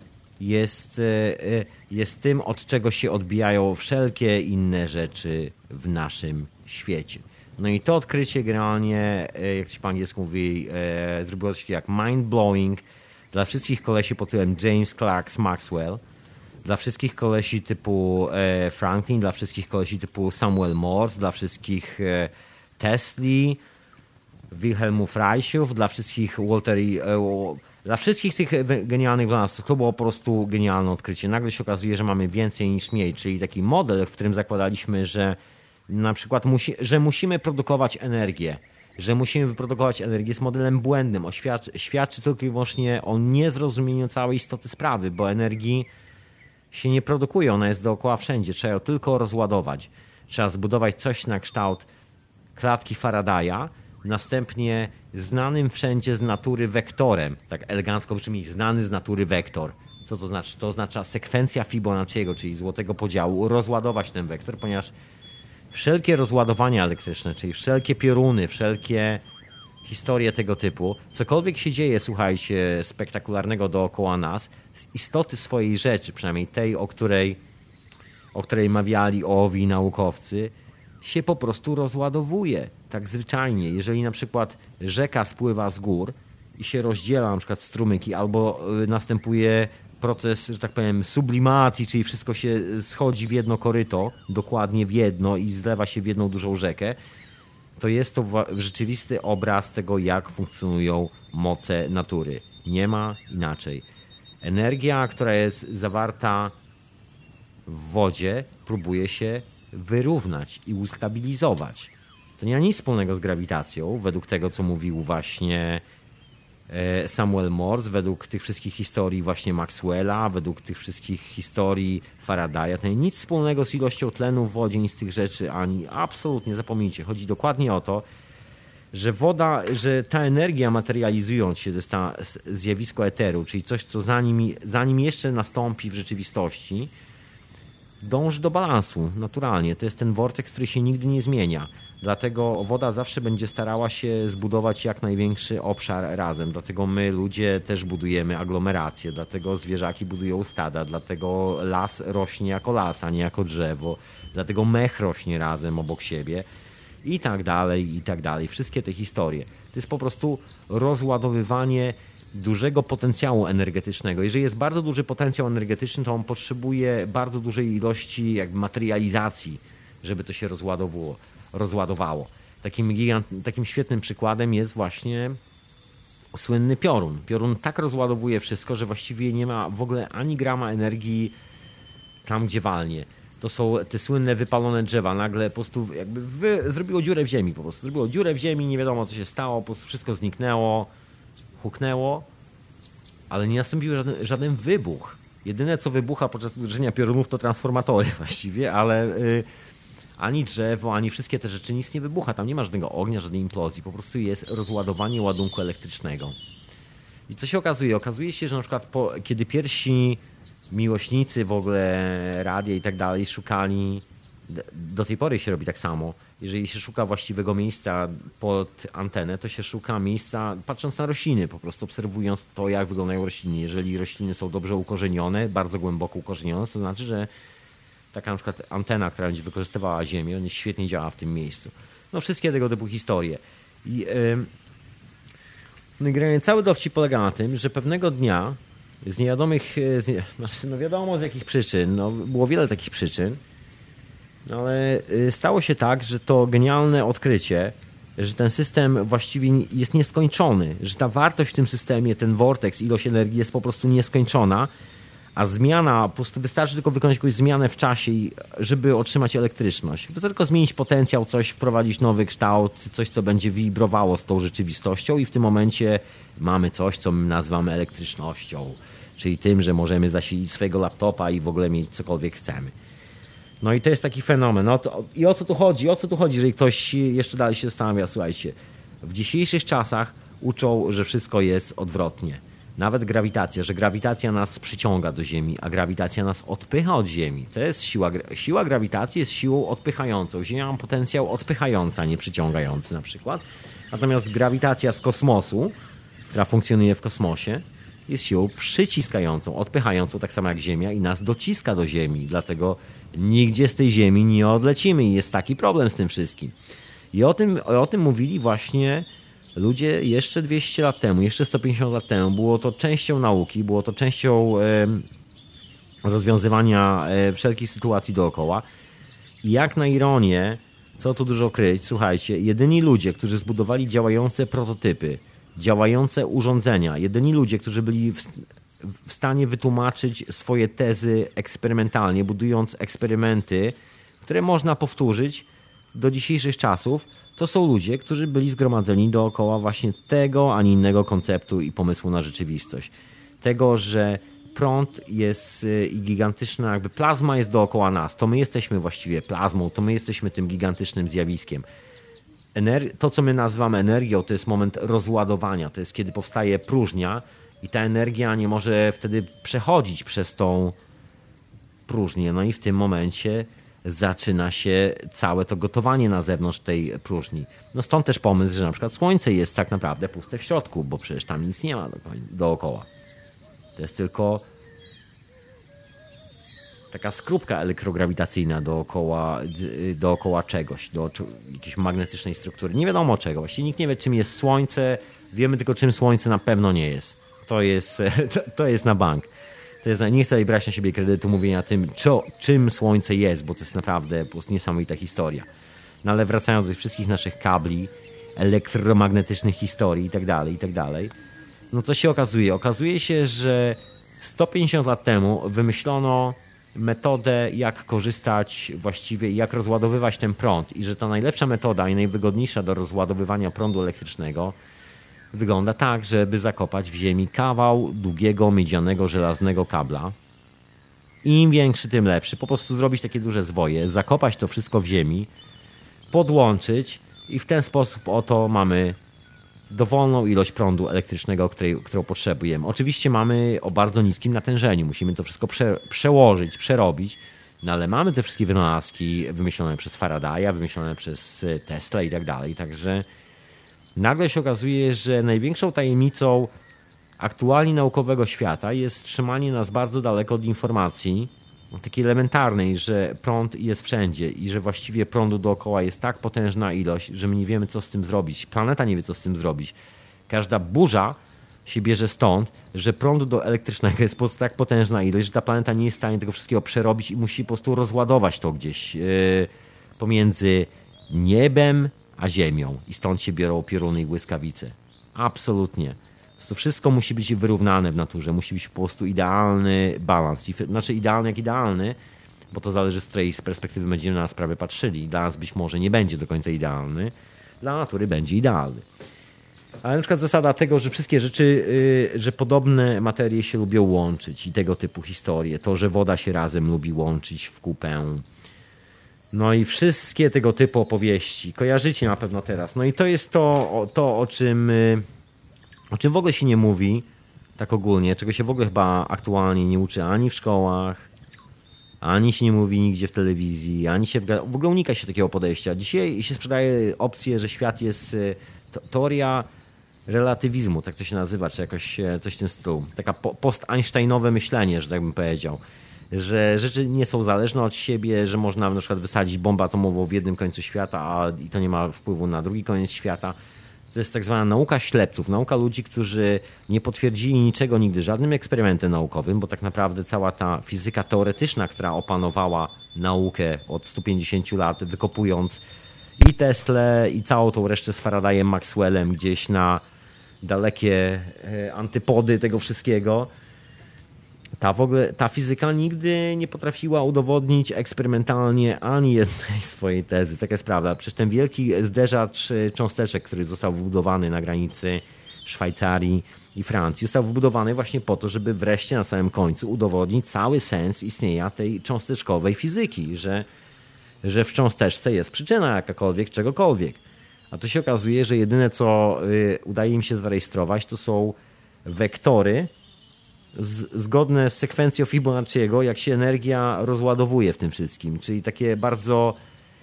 jest tym, od czego się odbijają wszelkie inne rzeczy w naszym świecie. No i to odkrycie generalnie, jak się po angielsku mówi, zrobiło coś jak mind-blowing dla wszystkich kolesi pod tytułem James Clerk Maxwell, dla wszystkich kolesi typu Franklin, dla wszystkich kolesi typu Samuel Morse, dla wszystkich Tesli, Wilhelmów Reichów, dla wszystkich dla wszystkich tych genialnych wynalazców. To było po prostu genialne odkrycie. Nagle się okazuje, że mamy więcej niż mniej, czyli taki model, w którym zakładaliśmy, że na przykład musimy produkować energię, że musimy wyprodukować energię, jest modelem błędnym. Świadczy tylko i wyłącznie o niezrozumieniu całej istoty sprawy, bo energii się nie produkuje, ona jest dookoła wszędzie. Trzeba ją tylko rozładować. Trzeba zbudować coś na kształt klatki Faradaya, następnie znanym wszędzie z natury wektorem. Tak elegancko brzmi, znany z natury wektor. Co to znaczy? To oznacza sekwencja Fibonacciego, czyli złotego podziału, rozładować ten wektor, ponieważ wszelkie rozładowania elektryczne, czyli wszelkie pioruny, wszelkie historie tego typu, cokolwiek się dzieje, słuchajcie, spektakularnego dookoła nas, z istoty swojej rzeczy, przynajmniej tej, o której mawiali owi naukowcy, się po prostu rozładowuje. Tak zwyczajnie. Jeżeli na przykład rzeka spływa z gór i się rozdziela na przykład strumyki, albo następuje proces, że tak powiem, sublimacji, czyli wszystko się schodzi w jedno koryto, dokładnie w jedno i zlewa się w jedną dużą rzekę, to jest to rzeczywisty obraz tego, jak funkcjonują moce natury. Nie ma inaczej. Energia, która jest zawarta w wodzie, próbuje się wyrównać i ustabilizować. To nie ma nic wspólnego z grawitacją, według tego, co mówił właśnie Samuel Morse, według tych wszystkich historii właśnie Maxwella, według tych wszystkich historii Faradaya. To nie ma nic wspólnego z ilością tlenu w wodzie, nic z tych rzeczy, ani absolutnie zapomnijcie. Chodzi dokładnie o to, że woda, że ta energia materializując się, to jest to zjawisko eteru, czyli coś, co zanim jeszcze nastąpi w rzeczywistości, dąży do balansu naturalnie. To jest ten vortex, który się nigdy nie zmienia. Dlatego woda zawsze będzie starała się zbudować jak największy obszar razem. Dlatego my, ludzie, też budujemy aglomeracje. Dlatego zwierzaki budują stada. Dlatego las rośnie jako las, a nie jako drzewo. Dlatego mech rośnie razem obok siebie. I tak dalej, i tak dalej. Wszystkie te historie. To jest po prostu rozładowywanie dużego potencjału energetycznego. Jeżeli jest bardzo duży potencjał energetyczny, to on potrzebuje bardzo dużej ilości jakby materializacji, żeby to się rozładowało. Takim świetnym przykładem jest właśnie słynny piorun. Piorun tak rozładowuje wszystko, że właściwie nie ma w ogóle ani grama energii tam, gdzie walnie. To są te słynne wypalone drzewa. Nagle po prostu jakby zrobiło dziurę w ziemi. Po prostu zrobiło dziurę w ziemi, nie wiadomo co się stało, po prostu wszystko zniknęło, huknęło, ale nie nastąpił żaden wybuch. Jedyne co wybucha podczas uderzenia piorunów to transformatory właściwie, ale ani drzewo, ani wszystkie te rzeczy, nic nie wybucha. Tam nie ma żadnego ognia, żadnej implozji. Po prostu jest rozładowanie ładunku elektrycznego. I co się okazuje? Okazuje się, że na przykład kiedy pierwsi miłośnicy w ogóle radia i tak dalej szukali, do tej pory się robi tak samo, jeżeli się szuka właściwego miejsca pod antenę, to się szuka miejsca patrząc na rośliny, po prostu obserwując to, jak wyglądają rośliny. Jeżeli rośliny są dobrze ukorzenione, bardzo głęboko ukorzenione, to znaczy, że taka na przykład antena, która będzie wykorzystywała ziemię, ona świetnie działa w tym miejscu. No wszystkie tego typu historie. I cały dowcip polega na tym, że pewnego dnia z niewiadomych, no wiadomo z jakich przyczyn, no było wiele takich przyczyn, no ale stało się tak, że to genialne odkrycie, że ten system właściwie jest nieskończony, że ta wartość w tym systemie, ten vortex, ilość energii jest po prostu nieskończona, a zmiana, po prostu wystarczy tylko wykonać jakąś zmianę w czasie, żeby otrzymać elektryczność. Wystarczy tylko zmienić potencjał, coś, wprowadzić nowy kształt, coś, co będzie wibrowało z tą rzeczywistością i w tym momencie mamy coś, co my nazywamy elektrycznością, czyli tym, że możemy zasilić swojego laptopa i w ogóle mieć cokolwiek chcemy. No i to jest taki fenomen. No to, i o co tu chodzi? O co tu chodzi, jeżeli ktoś jeszcze dalej się zastanawia? Słuchajcie, w dzisiejszych czasach uczą, że wszystko jest odwrotnie. Nawet grawitacja, że grawitacja nas przyciąga do Ziemi, a grawitacja nas odpycha od Ziemi. To jest siła grawitacji jest siłą odpychającą. Ziemia ma potencjał odpychający, a nie przyciągający na przykład. Natomiast grawitacja z kosmosu, która funkcjonuje w kosmosie, jest siłą przyciskającą, odpychającą, tak samo jak Ziemia i nas dociska do Ziemi. Dlatego nigdzie z tej Ziemi nie odlecimy i jest taki problem z tym wszystkim. I o tym mówili właśnie ludzie jeszcze 200 lat temu, jeszcze 150 lat temu. Było to częścią nauki, było to częścią rozwiązywania wszelkich sytuacji dookoła. I jak na ironię, co tu dużo kryć, słuchajcie, jedyni ludzie, którzy zbudowali działające prototypy, działające urządzenia, jedyni ludzie, którzy byli w stanie wytłumaczyć swoje tezy eksperymentalnie, budując eksperymenty, które można powtórzyć do dzisiejszych czasów, to są ludzie, którzy byli zgromadzeni dookoła właśnie tego, a nie innego konceptu i pomysłu na rzeczywistość. Tego, że prąd jest i gigantyczna jakby plazma jest dookoła nas. To my jesteśmy właściwie plazmą, to my jesteśmy tym gigantycznym zjawiskiem. To, co my nazywamy energią, to jest moment rozładowania. To jest, kiedy powstaje próżnia i ta energia nie może wtedy przechodzić przez tą próżnię. No i w tym momencie zaczyna się całe to gotowanie na zewnątrz tej próżni. No stąd też pomysł, że na przykład Słońce jest tak naprawdę puste w środku, bo przecież tam nic nie ma dookoła. To jest tylko taka skrupka elektrograwitacyjna dookoła czegoś, do jakiejś magnetycznej struktury. Nie wiadomo czego. Właściwie nikt nie wie, czym jest Słońce. Wiemy tylko, czym Słońce na pewno nie jest. To jest na bank. Nie chcę brać na siebie kredytu mówienia tym, czym Słońce jest, bo to jest naprawdę po prostu niesamowita historia. No ale wracając do tych wszystkich naszych kabli, elektromagnetycznych historii itd., no co się okazuje? Okazuje się, że 150 lat temu wymyślono metodę, jak korzystać właściwie i jak rozładowywać ten prąd i że ta najlepsza metoda i najwygodniejsza do rozładowywania prądu elektrycznego wygląda tak, żeby zakopać w ziemi kawał długiego, miedzianego, żelaznego kabla. Im większy, tym lepszy. Po prostu zrobić takie duże zwoje, zakopać to wszystko w ziemi, podłączyć i w ten sposób oto mamy dowolną ilość prądu elektrycznego, którą potrzebujemy. Oczywiście mamy o bardzo niskim natężeniu. Musimy to wszystko przełożyć, przerobić No ale mamy te wszystkie wynalazki wymyślone przez Faradaya, wymyślone przez Tesla i tak dalej. Także nagle się okazuje, że największą tajemnicą aktualnie naukowego świata jest trzymanie nas bardzo daleko od informacji takiej elementarnej, że prąd jest wszędzie i że właściwie prądu dookoła jest tak potężna ilość, że my nie wiemy, co z tym zrobić. Planeta nie wie, co z tym zrobić. Każda burza się bierze stąd, że prądu do elektrycznego jest po prostu tak potężna ilość, że ta planeta nie jest w stanie tego wszystkiego przerobić i musi po prostu rozładować to gdzieś pomiędzy niebem a ziemią. I stąd się biorą pioruny i błyskawice. Absolutnie. To wszystko musi być wyrównane w naturze. Musi być po prostu idealny balans. Znaczy idealny jak idealny, bo to zależy z której perspektywy będziemy na sprawę patrzyli. Dla nas być może nie będzie do końca idealny. Dla natury będzie idealny. Ale na przykład zasada tego, że wszystkie rzeczy, że podobne materie się lubią łączyć i tego typu historie. To, że woda się razem lubi łączyć w kupę. No i wszystkie tego typu opowieści. Kojarzycie na pewno teraz. No i to jest to o czym w ogóle się nie mówi, tak ogólnie, czego się w ogóle chyba aktualnie nie uczy ani w szkołach, ani się nie mówi nigdzie w telewizji, ani się w ogóle unika się takiego podejścia. Dzisiaj się sprzedaje opcję, że świat jest teoria relatywizmu, tak to się nazywa, czy jakoś coś w tym stylu. Taka post-Einsteinowe myślenie, że tak bym powiedział. Że rzeczy nie są zależne od siebie, że można na przykład wysadzić bombę atomową w jednym końcu świata, i to nie ma wpływu na drugi koniec świata. To jest tak zwana nauka ślepców, nauka ludzi, którzy nie potwierdzili niczego nigdy żadnym eksperymentem naukowym, bo tak naprawdę cała ta fizyka teoretyczna, która opanowała naukę od 150 lat, wykopując i Teslę, i całą tą resztę z Faradayem, Maxwellem gdzieś na dalekie antypody tego wszystkiego, ta fizyka nigdy nie potrafiła udowodnić eksperymentalnie ani jednej swojej tezy. Taka jest prawda. Przecież ten wielki zderzacz cząsteczek, który został wybudowany na granicy Szwajcarii i Francji, został wybudowany właśnie po to, żeby wreszcie na samym końcu udowodnić cały sens istnienia tej cząsteczkowej fizyki, że w cząsteczce jest przyczyna jakakolwiek, czegokolwiek. A to się okazuje, że jedyne, co udaje im się zarejestrować, to są wektory zgodne z sekwencją Fibonacciego, jak się energia rozładowuje w tym wszystkim. Czyli takie bardzo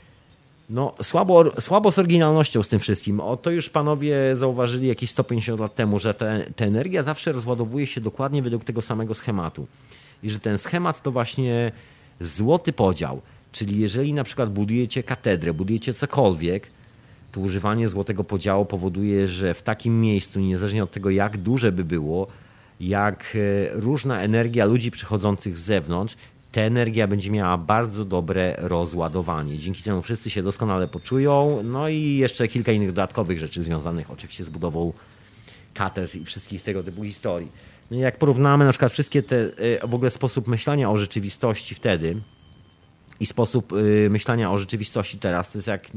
słabo z oryginalnością z tym wszystkim. To już panowie zauważyli jakieś 150 lat temu, że ta energia zawsze rozładowuje się dokładnie według tego samego schematu. I że ten schemat to właśnie złoty podział. Czyli jeżeli na przykład budujecie katedrę, budujecie cokolwiek, to używanie złotego podziału powoduje, że w takim miejscu, niezależnie od tego, jak duże by było, jak różna energia ludzi przychodzących z zewnątrz, ta energia będzie miała bardzo dobre rozładowanie. Dzięki temu wszyscy się doskonale poczują. No i jeszcze kilka innych dodatkowych rzeczy związanych oczywiście z budową katedr i wszystkich tego typu historii. No i jak porównamy na przykład wszystkie te, w ogóle sposób myślenia o rzeczywistości wtedy i sposób myślenia o rzeczywistości teraz, to jest jak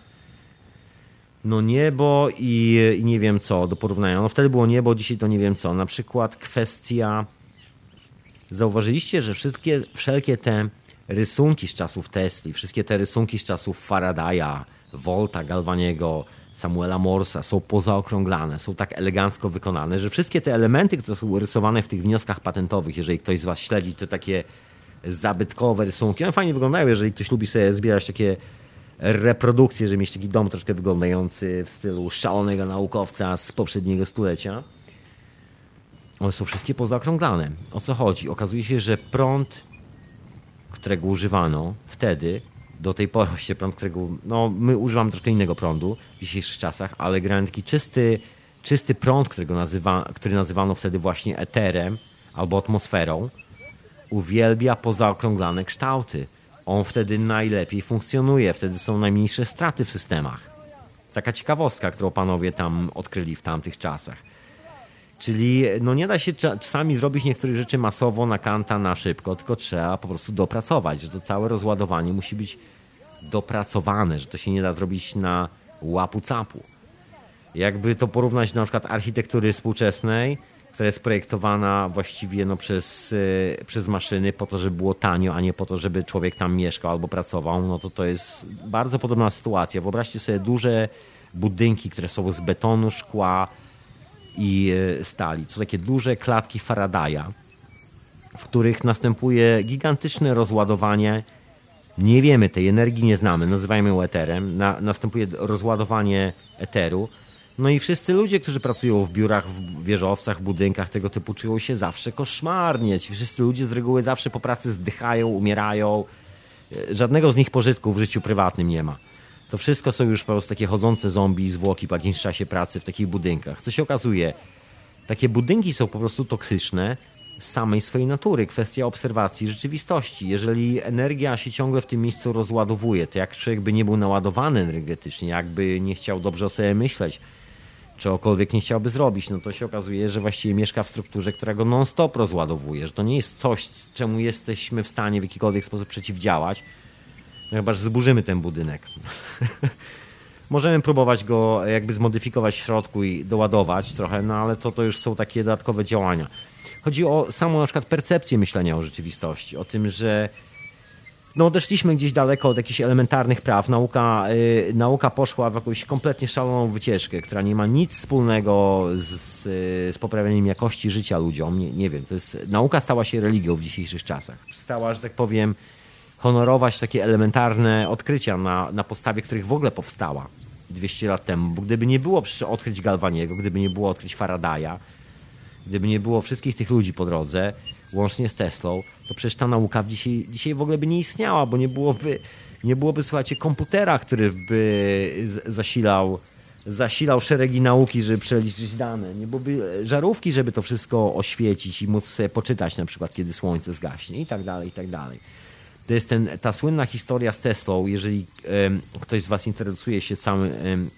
niebo i nie wiem co do porównania. No wtedy było niebo, dzisiaj to nie wiem co. Na przykład kwestia... Zauważyliście, że wszelkie te rysunki z czasów Tesli, wszystkie te rysunki z czasów Faradaya, Volta, Galvaniego, Samuela Morsa są pozaokrąglane, są tak elegancko wykonane, że wszystkie te elementy, które są rysowane w tych wnioskach patentowych, jeżeli ktoś z was śledzi te takie zabytkowe rysunki, one fajnie wyglądają, jeżeli ktoś lubi sobie zbierać takie reprodukcje, żeby mieć taki dom troszkę wyglądający w stylu szalonego naukowca z poprzedniego stulecia. One są wszystkie pozaokrąglane. O co chodzi? Okazuje się, że prąd, którego używano wtedy, do tej pory właśnie prąd, którego... my używamy troszkę innego prądu w dzisiejszych czasach, ale grałem taki czysty prąd, który nazywano wtedy właśnie eterem albo atmosferą, uwielbia pozaokrąglane kształty. On wtedy najlepiej funkcjonuje, wtedy są najmniejsze straty w systemach. Taka ciekawostka, którą panowie tam odkryli w tamtych czasach. Czyli nie da się czasami zrobić niektórych rzeczy masowo, na kanta, na szybko, tylko trzeba po prostu dopracować, że to całe rozładowanie musi być dopracowane, że to się nie da zrobić na łapu-capu. Jakby to porównać do na przykład architektury współczesnej, która jest projektowana właściwie przez maszyny po to, żeby było tanio, a nie po to, żeby człowiek tam mieszkał albo pracował, to jest bardzo podobna sytuacja. Wyobraźcie sobie duże budynki, które są z betonu, szkła i stali. Są takie duże klatki Faradaya, w których następuje gigantyczne rozładowanie. Nie wiemy, tej energii nie znamy, nazywajmy ją eterem. Następuje rozładowanie eteru. No i wszyscy ludzie, którzy pracują w biurach, w wieżowcach, budynkach tego typu, czują się zawsze koszmarnie. Ci wszyscy ludzie z reguły zawsze po pracy zdychają, umierają. Żadnego z nich pożytku w życiu prywatnym nie ma. To wszystko są już po prostu takie chodzące zombie i zwłoki po jakimś czasie pracy w takich budynkach. Co się okazuje? Takie budynki są po prostu toksyczne z samej swojej natury. Kwestia obserwacji rzeczywistości. Jeżeli energia się ciągle w tym miejscu rozładowuje, to jak człowiek by nie był naładowany energetycznie, jakby nie chciał dobrze o sobie myśleć, czegokolwiek nie chciałby zrobić, no to się okazuje, że właściwie mieszka w strukturze, która go non-stop rozładowuje, że to nie jest coś, czemu jesteśmy w stanie w jakikolwiek sposób przeciwdziałać, no chyba, że zburzymy ten budynek. Możemy próbować go jakby zmodyfikować w środku i doładować trochę, no ale to już są takie dodatkowe działania. Chodzi o samą na przykład percepcję myślenia o rzeczywistości, o tym, że no odeszliśmy gdzieś daleko od jakichś elementarnych praw. Nauka poszła w jakąś kompletnie szaloną wycieczkę, która nie ma nic wspólnego z poprawieniem jakości życia ludziom. Nie wiem, nauka stała się religią w dzisiejszych czasach. Stała, że tak powiem, honorować takie elementarne odkrycia, na podstawie których w ogóle powstała 200 lat temu. Bo gdyby nie było przecież odkryć Galvaniego, gdyby nie było odkryć Faradaya, gdyby nie było wszystkich tych ludzi po drodze, łącznie z Teslą, to przecież ta nauka dzisiaj w ogóle by nie istniała, bo nie byłoby, słuchajcie, komputera, który by zasilał szeregi nauki, żeby przeliczyć dane. Nie byłoby żarówki, żeby to wszystko oświecić i móc sobie poczytać na przykład, kiedy słońce zgaśnie i tak dalej, i tak dalej. To jest ta słynna historia z Teslą. Jeżeli ktoś z was interesuje się całym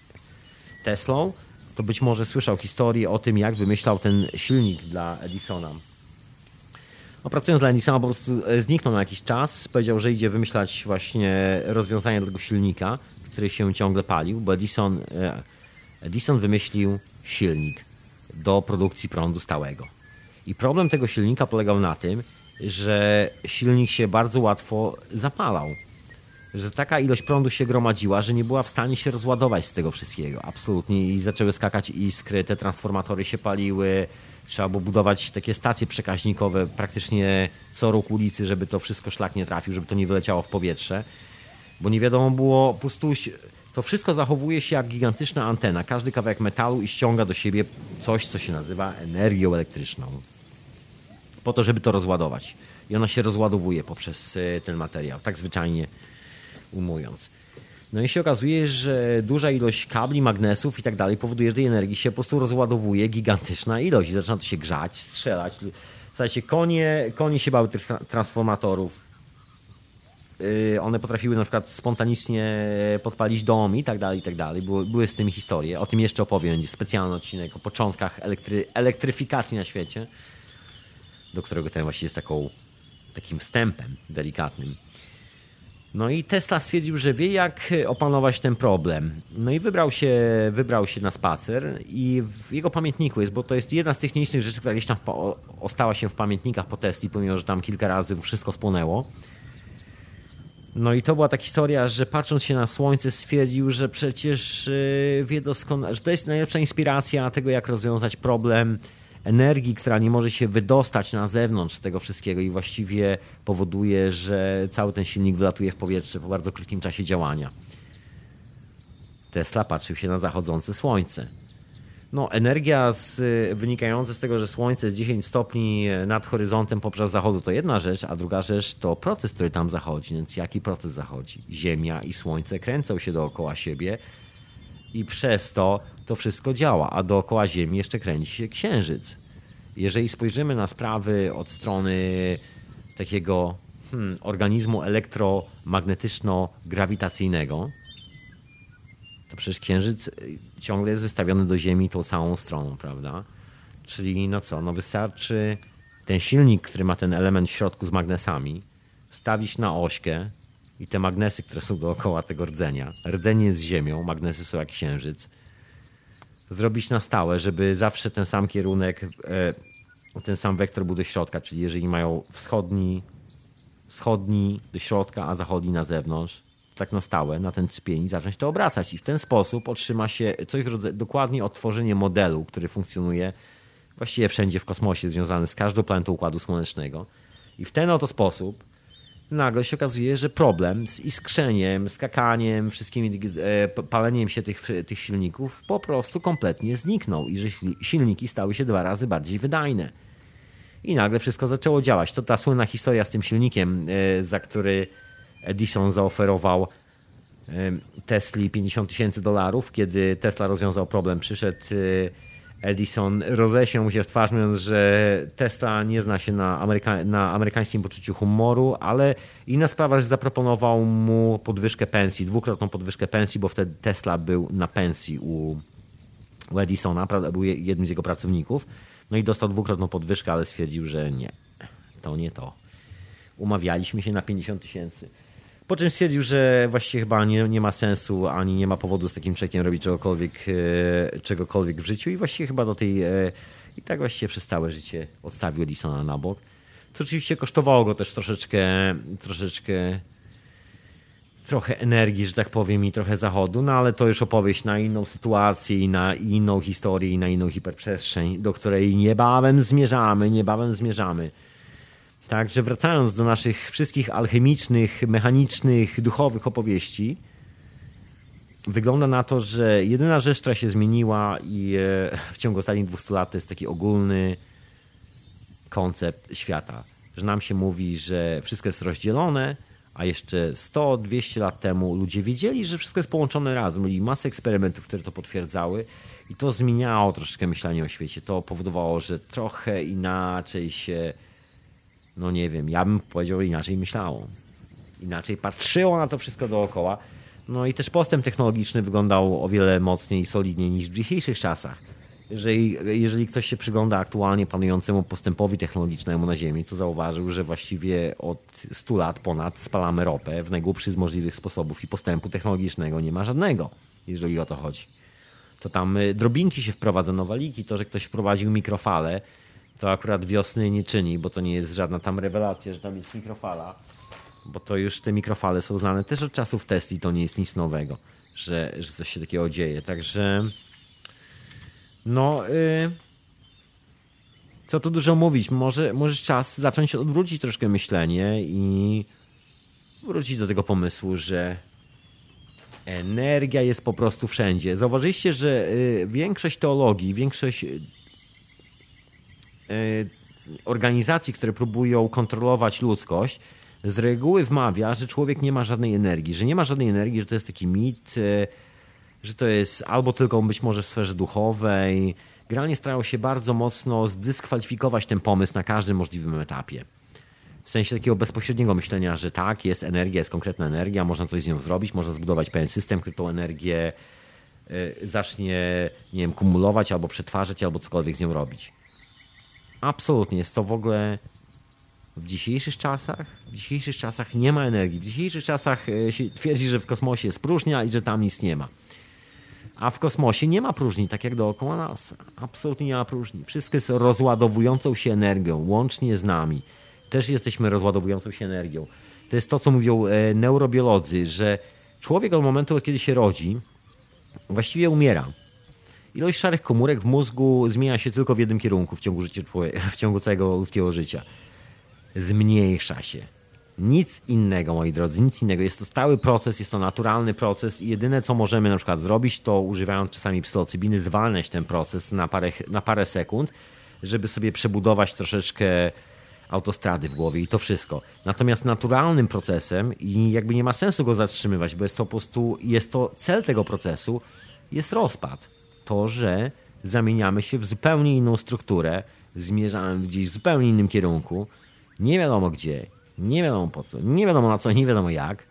Teslą, to być może słyszał historię o tym, jak wymyślał ten silnik dla Edisona. Pracując dla Edisona po prostu zniknął na jakiś czas. Powiedział, że idzie wymyślać właśnie rozwiązanie dla tego silnika, który się ciągle palił, bo Edison wymyślił silnik do produkcji prądu stałego. I problem tego silnika polegał na tym, że silnik się bardzo łatwo zapalał. Że taka ilość prądu się gromadziła, że nie była w stanie się rozładować z tego wszystkiego. Absolutnie. I zaczęły skakać iskry, te transformatory się paliły. Trzeba było budować takie stacje przekaźnikowe praktycznie co róg ulicy, żeby to wszystko szlak nie trafił, żeby to nie wyleciało w powietrze. Bo nie wiadomo było, po prostu to wszystko zachowuje się jak gigantyczna antena. Każdy kawałek metalu i ściąga do siebie coś, co się nazywa energią elektryczną. Po to, żeby to rozładować. I ona się rozładowuje poprzez ten materiał, tak zwyczajnie ujmując. No i się okazuje, że duża ilość kabli, magnesów i tak dalej powoduje, że tej energii się po prostu rozładowuje gigantyczna ilość i zaczyna to się grzać, strzelać. Słuchajcie, konie się bały tych transformatorów. One potrafiły na przykład spontanicznie podpalić dom i tak dalej, i tak dalej. Były z tym historie. O tym jeszcze opowiem. Będzie specjalny odcinek o początkach elektryfikacji na świecie, do którego ten właściwie jest takim wstępem delikatnym. No i Tesla stwierdził, że wie, jak opanować ten problem. No i wybrał się na spacer i w jego pamiętniku jest, bo to jest jedna z tych nielicznych rzeczy, która gdzieś tam ostała się w pamiętnikach po Tesli, pomimo że tam kilka razy wszystko spłonęło. No i to była ta historia, że patrząc się na słońce stwierdził, że przecież wie doskonale, że to jest najlepsza inspiracja tego, jak rozwiązać problem energii, która nie może się wydostać na zewnątrz tego wszystkiego i właściwie powoduje, że cały ten silnik wylatuje w powietrze po bardzo krótkim czasie działania. Tesla patrzył się na zachodzące słońce. No, energia wynikająca z tego, że słońce jest 10 stopni nad horyzontem poprzez zachodu, to jedna rzecz, a druga rzecz to proces, który tam zachodzi. Więc jaki proces zachodzi? Ziemia i słońce kręcą się dookoła siebie i przez to wszystko działa, a dookoła Ziemi jeszcze kręci się Księżyc. Jeżeli spojrzymy na sprawy od strony takiego organizmu elektromagnetyczno-grawitacyjnego, to przecież Księżyc ciągle jest wystawiony do Ziemi tą całą stroną, prawda? Czyli wystarczy ten silnik, który ma ten element w środku z magnesami, wstawić na ośkę i te magnesy, które są dookoła tego rdzenia. Rdzenie jest Ziemią, magnesy są jak Księżyc. Zrobić na stałe, żeby zawsze ten sam kierunek, ten sam wektor był do środka, czyli jeżeli mają wschodni do środka, a zachodni na zewnątrz, tak na stałe, na ten czpień zacząć to obracać i w ten sposób otrzyma się dokładnie odtworzenie modelu, który funkcjonuje właściwie wszędzie w kosmosie, związany z każdą planetą Układu Słonecznego. I w ten oto sposób nagle się okazuje, że problem z iskrzeniem, skakaniem, wszystkimi paleniem się tych silników po prostu kompletnie zniknął i że silniki stały się 2 razy bardziej wydajne. I nagle wszystko zaczęło działać. To ta słynna historia z tym silnikiem, za który Edison zaoferował Tesli $50,000, kiedy Tesla rozwiązał problem, przyszedł Edison, roześmiał mu się w twarz, mówiąc, że Tesla nie zna się na amerykańskim poczuciu humoru, ale inna sprawa, że zaproponował mu podwyżkę pensji, 2-krotną podwyżkę pensji, bo wtedy Tesla był na pensji u Edisona, był jednym z jego pracowników, no i dostał 2-krotną podwyżkę, ale stwierdził, że nie, to nie to. Umawialiśmy się na 50,000. Po czym stwierdził, że właściwie chyba nie ma sensu, ani nie ma powodu z takim czekiem robić czegokolwiek w życiu i właściwie chyba i tak właściwie przez całe życie odstawił Edisona na bok. To oczywiście kosztowało go też trochę energii, że tak powiem, i trochę zachodu, no ale to już opowieść na inną sytuację i na inną historię i na inną hiperprzestrzeń, do której niebawem zmierzamy. Także wracając do naszych wszystkich alchemicznych, mechanicznych, duchowych opowieści, wygląda na to, że jedyna rzecz, która się zmieniła i w ciągu ostatnich 200 lat to jest taki ogólny koncept świata. Że nam się mówi, że wszystko jest rozdzielone, a jeszcze 100-200 lat temu ludzie wiedzieli, że wszystko jest połączone razem. Mieli masę eksperymentów, które to potwierdzały i to zmieniało troszeczkę myślenie o świecie. To powodowało, że trochę inaczej się... No nie wiem, ja bym powiedział, inaczej myślało. Inaczej patrzyło na to wszystko dookoła. No i też postęp technologiczny wyglądał o wiele mocniej i solidniej niż w dzisiejszych czasach. Jeżeli ktoś się przygląda aktualnie panującemu postępowi technologicznemu na Ziemi, to zauważył, że właściwie od 100 lat ponad spalamy ropę w najgłupszy z możliwych sposobów i postępu technologicznego nie ma żadnego, jeżeli o to chodzi. To tam drobinki się wprowadza, nowaliki, to, że ktoś wprowadził mikrofale, to akurat wiosny nie czyni, bo to nie jest żadna tam rewelacja, że tam jest mikrofala, bo to już te mikrofale są znane też od czasów Tesli, to nie jest nic nowego, że coś się takiego dzieje. Także no, co tu dużo mówić, może czas zacząć odwrócić troszkę myślenie i wrócić do tego pomysłu, że energia jest po prostu wszędzie. Zauważyliście, że większość teologii, większość organizacji, które próbują kontrolować ludzkość, z reguły wmawia, że człowiek nie ma żadnej energii, że nie ma żadnej energii, że to jest taki mit, że to jest albo tylko być może w sferze duchowej. Generalnie starają się bardzo mocno zdyskwalifikować ten pomysł na każdym możliwym etapie. W sensie takiego bezpośredniego myślenia, że tak, jest energia, jest konkretna energia, można coś z nią zrobić, można zbudować pewien system, który tą energię zacznie, nie wiem, kumulować albo przetwarzać, albo cokolwiek z nią robić. Absolutnie, jest to w ogóle w dzisiejszych czasach nie ma energii. W dzisiejszych czasach się twierdzi, że w kosmosie jest próżnia i że tam nic nie ma. A w kosmosie nie ma próżni, tak jak dookoła nas. Absolutnie nie ma próżni. Wszystko jest rozładowującą się energią, łącznie z nami. Też jesteśmy rozładowującą się energią. To jest to, co mówią neurobiolodzy, że człowiek od momentu, kiedy się rodzi, właściwie umiera. Ilość szarych komórek w mózgu zmienia się tylko w jednym kierunku w ciągu całego ludzkiego życia. Zmniejsza się. Nic innego, moi drodzy, nic innego. Jest to stały proces, jest to naturalny proces i jedyne, co możemy na przykład zrobić, to używając czasami psylocybiny, zwalniać ten proces na parę sekund, żeby sobie przebudować troszeczkę autostrady w głowie i to wszystko. Natomiast naturalnym procesem i jakby nie ma sensu go zatrzymywać, bo jest to po prostu, cel tego procesu jest rozpad. To, że zamieniamy się w zupełnie inną strukturę, zmierzamy gdzieś w zupełnie innym kierunku, nie wiadomo gdzie, nie wiadomo po co, nie wiadomo na co, nie wiadomo jak.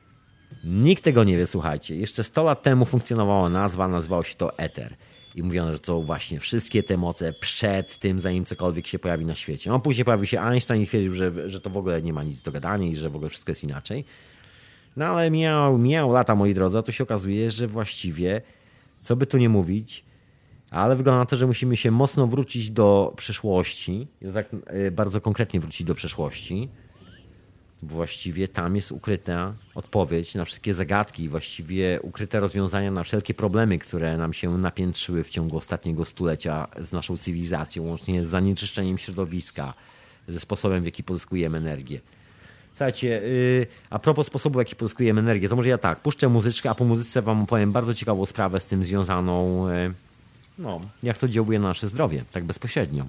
Nikt tego nie wie, słuchajcie. Jeszcze 100 lat temu funkcjonowała nazywało się to eter. I mówiono, że to właśnie wszystkie te moce przed tym, zanim cokolwiek się pojawi na świecie. No, później pojawił się Einstein i twierdził, że to w ogóle nie ma nic do gadania i że w ogóle wszystko jest inaczej. No ale miał lata, moi drodzy, a to się okazuje, że właściwie, co by tu nie mówić, ale wygląda na to, że musimy się mocno wrócić do przeszłości. I to tak bardzo konkretnie wrócić do przeszłości. Właściwie tam jest ukryta odpowiedź na wszystkie zagadki, właściwie ukryte rozwiązania na wszelkie problemy, które nam się napiętrzyły w ciągu ostatniego stulecia z naszą cywilizacją, łącznie z zanieczyszczeniem środowiska, ze sposobem, w jaki pozyskujemy energię. Słuchajcie, a propos sposobu, w jaki pozyskujemy energię, to może ja tak, puszczę muzyczkę, a po muzyce wam opowiem bardzo ciekawą sprawę z tym związaną, jak to oddziałuje na nasze zdrowie, tak bezpośrednio.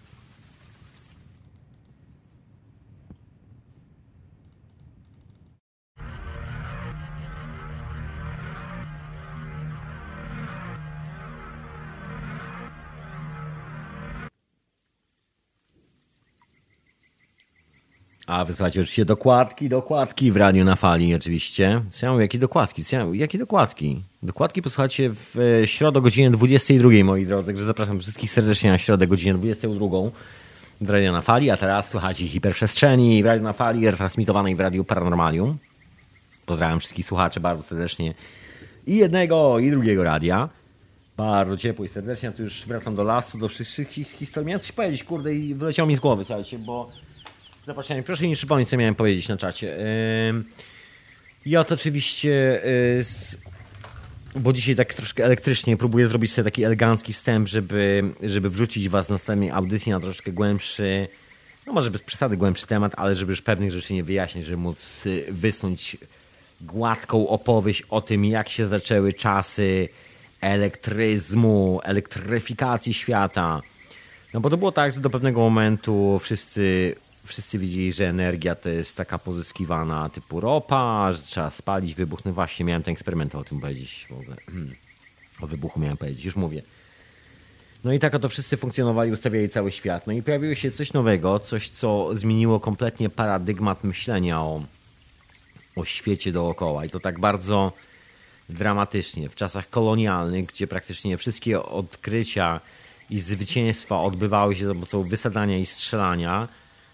A wysłuchajcie oczywiście dokładki w Radiu na Fali oczywiście. Co ja mówię, jakie dokładki? Dokładki posłuchajcie w środę o godzinie 22, moi drodzy, także zapraszam wszystkich serdecznie na środę o godzinie 22 w Radiu na Fali, a teraz słuchajcie Hiperprzestrzeni w Radiu na Fali, retransmitowanej w Radiu Paranormalium. Pozdrawiam wszystkich słuchaczy bardzo serdecznie i jednego, i drugiego radia. Bardzo ciepło i serdecznie, ja tu już wracam do lasu, do wszystkich historii. Miałem coś powiedzieć, kurde, i wyleciało mi z głowy, słuchajcie, bo zapraszam, proszę mi przypomnieć, co miałem powiedzieć na czacie. Ja to oczywiście, bo dzisiaj tak troszkę elektrycznie próbuję zrobić sobie taki elegancki wstęp, żeby wrzucić was na następnej audycji na troszkę głębszy, no może bez przesady głębszy temat, ale żeby już pewnych rzeczy nie wyjaśnić, żeby móc wysnuć gładką opowieść o tym, jak się zaczęły czasy elektryzmu, elektryfikacji świata. No bo to było tak, że do pewnego momentu wszyscy wiedzieli, że energia to jest taka pozyskiwana typu ropa, że trzeba spalić, wybuchnąć. Właśnie miałem ten eksperyment o tym powiedzieć. W ogóle. O wybuchu miałem powiedzieć, już mówię. No i tak oto wszyscy funkcjonowali, ustawiali cały świat. No i pojawiło się coś nowego, coś co zmieniło kompletnie paradygmat myślenia o świecie dookoła. I to tak bardzo dramatycznie. W czasach kolonialnych, gdzie praktycznie wszystkie odkrycia i zwycięstwa odbywały się za pomocą wysadzania i strzelania,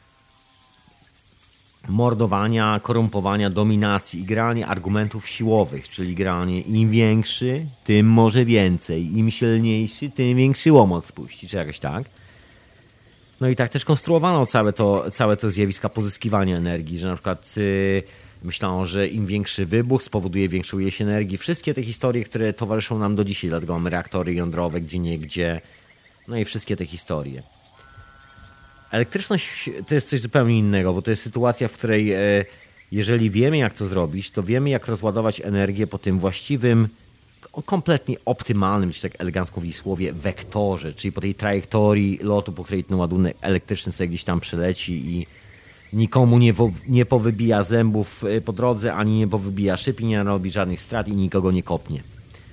mordowania, korumpowania, dominacji i granie argumentów siłowych, czyli granie im większy, tym może więcej, im silniejszy, tym większy łomot spuści, czy jakoś tak. No i tak też konstruowano całe to zjawiska pozyskiwania energii, że na przykład myślano, że im większy wybuch spowoduje większą ilość energii. Wszystkie te historie, które towarzyszą nam do dzisiaj, dlatego mamy reaktory jądrowe gdzieniegdzie, no i wszystkie te historie. Elektryczność to jest coś zupełnie innego, bo to jest sytuacja, w której jeżeli wiemy, jak to zrobić, to wiemy, jak rozładować energię po tym właściwym, kompletnie optymalnym, czy tak elegancko mówi słowie, wektorze, czyli po tej trajektorii lotu, po której ten ładunek elektryczny sobie gdzieś tam przeleci i nikomu nie powybija zębów po drodze, ani nie powybija szyb i nie robi żadnych strat i nikogo nie kopnie.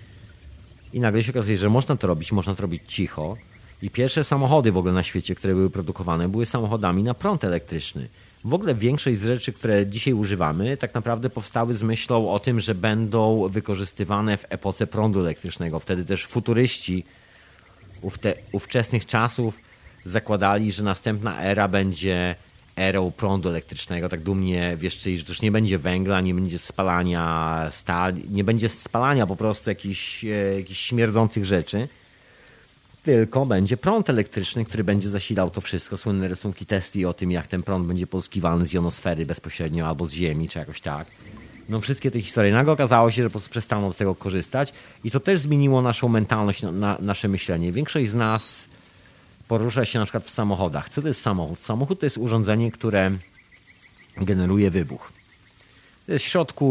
I nagle się okazuje, że można to robić cicho. I pierwsze samochody w ogóle na świecie, które były produkowane, były samochodami na prąd elektryczny. W ogóle większość z rzeczy, które dzisiaj używamy, tak naprawdę powstały z myślą o tym, że będą wykorzystywane w epoce prądu elektrycznego. Wtedy też futuryści ówczesnych czasów zakładali, że następna era będzie erą prądu elektrycznego. Tak dumnie wieszczyli, że to już nie będzie węgla, nie będzie spalania stali, nie będzie spalania po prostu jakichś śmierdzących rzeczy, tylko będzie prąd elektryczny, który będzie zasilał to wszystko. Słynne rysunki Tesli o tym, jak ten prąd będzie pozyskiwany z jonosfery bezpośrednio albo z ziemi, czy jakoś tak. No wszystkie te historie. Nagle okazało się, że po prostu przestaną z tego korzystać i to też zmieniło naszą mentalność, nasze myślenie. Większość z nas porusza się na przykład w samochodach. Co to jest samochód? Samochód to jest urządzenie, które generuje wybuch. To jest w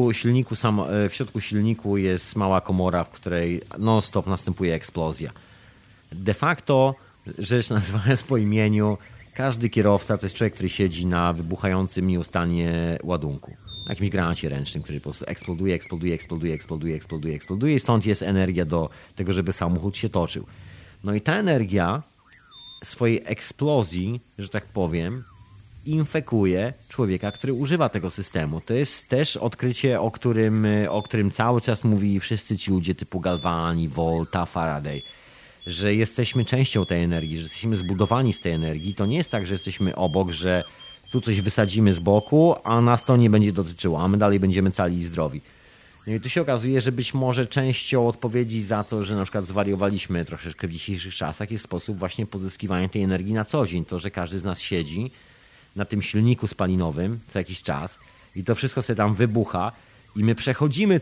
środku silniku jest mała komora, w której non-stop następuje eksplozja. De facto, rzecz nazywając po imieniu, każdy kierowca to jest człowiek, który siedzi na wybuchającym nieustannie ładunku. Na jakimś granacie ręcznym, który po prostu eksploduje i stąd jest energia do tego, żeby samochód się toczył. No i ta energia swojej eksplozji, że tak powiem, infekuje człowieka, który używa tego systemu. To jest też odkrycie, o którym cały czas mówi wszyscy ci ludzie typu Galvani, Volta, Faraday, że jesteśmy częścią tej energii, że jesteśmy zbudowani z tej energii. To nie jest tak, że jesteśmy obok, że tu coś wysadzimy z boku, a nas to nie będzie dotyczyło, a my dalej będziemy cali i zdrowi. No i tu się okazuje, że być może częścią odpowiedzi za to, że na przykład zwariowaliśmy troszeczkę w dzisiejszych czasach, jest sposób właśnie pozyskiwania tej energii na co dzień. To, że każdy z nas siedzi na tym silniku spalinowym co jakiś czas i to wszystko sobie tam wybucha i my przechodzimy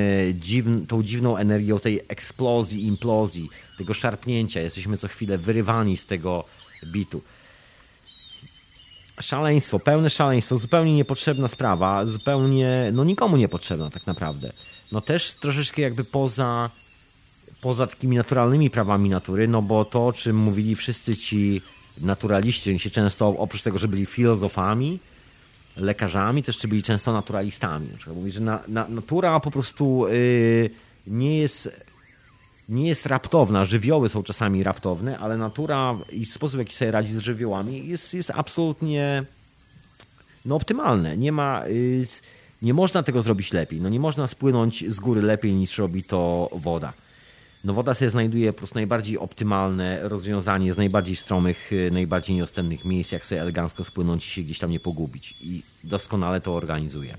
tą dziwną energią tej eksplozji, implozji, tego szarpnięcia. Jesteśmy co chwilę wyrywani z tego bitu. Szaleństwo, pełne szaleństwo, zupełnie niepotrzebna sprawa, zupełnie, no nikomu niepotrzebna tak naprawdę. No też troszeczkę jakby poza takimi naturalnymi prawami natury, no bo to, o czym mówili wszyscy ci naturaliści, oni się często, oprócz tego, że byli filozofami, lekarzami, też byli często naturalistami. Mówi, że natura po prostu nie jest raptowna. Żywioły są czasami raptowne, ale natura i sposób, w jaki sobie radzi z żywiołami jest absolutnie optymalne. Nie można tego zrobić lepiej. No nie można spłynąć z góry lepiej niż robi to woda. No woda sobie znajduje po prostu najbardziej optymalne rozwiązanie z najbardziej stromych, najbardziej nieostennych miejsc, jak sobie elegancko spłynąć i się gdzieś tam nie pogubić. I doskonale to organizuje.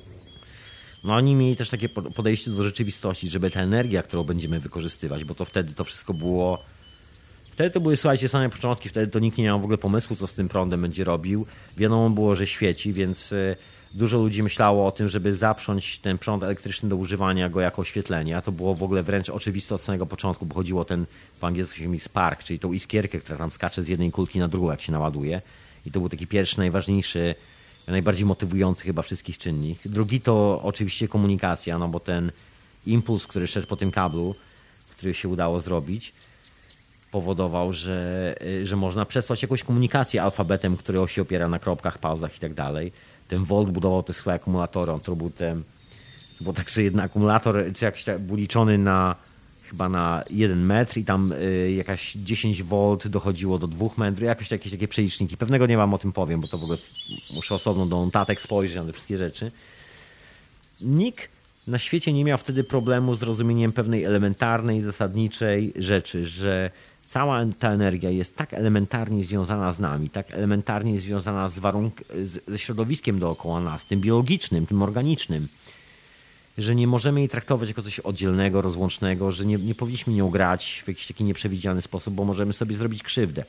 No oni mieli też takie podejście do rzeczywistości, żeby ta energia, którą będziemy wykorzystywać, bo to wtedy to wszystko było... Wtedy to były, słuchajcie, same początki, wtedy to nikt nie miał w ogóle pomysłu, co z tym prądem będzie robił. Wiadomo było, że świeci, więc dużo ludzi myślało o tym, żeby zaprząć ten prąd elektryczny do używania go jako oświetlenia. A to było w ogóle wręcz oczywiste od samego początku, bo chodziło o ten, po angielsku się mówi spark, czyli tą iskierkę, która tam skacze z jednej kulki na drugą, jak się naładuje. I to był taki pierwszy, najważniejszy, najbardziej motywujący chyba wszystkich czynnik. Drugi to oczywiście komunikacja, no bo ten impuls, który szedł po tym kablu, który się udało zrobić, powodował, że można przesłać jakąś komunikację alfabetem, który się opiera na kropkach, pauzach i tak dalej. Ten Volt budował te swoje akumulatory, to był także jeden akumulator, czy jakiś był liczony chyba na 1 metr i tam jakaś 10 V dochodziło do 2 metrów, jakieś takie przeliczniki. Pewnego dnia wam o tym powiem, bo to w ogóle muszę osobno do notatek spojrzeć na te wszystkie rzeczy. Nikt na świecie nie miał wtedy problemu z zrozumieniem pewnej elementarnej, zasadniczej rzeczy, że cała ta energia jest tak elementarnie związana z nami, tak elementarnie związana ze środowiskiem dookoła nas, tym biologicznym, tym organicznym, że nie możemy jej traktować jako coś oddzielnego, rozłącznego, że nie powinniśmy nią grać w jakiś taki nieprzewidziany sposób, bo możemy sobie zrobić krzywdę.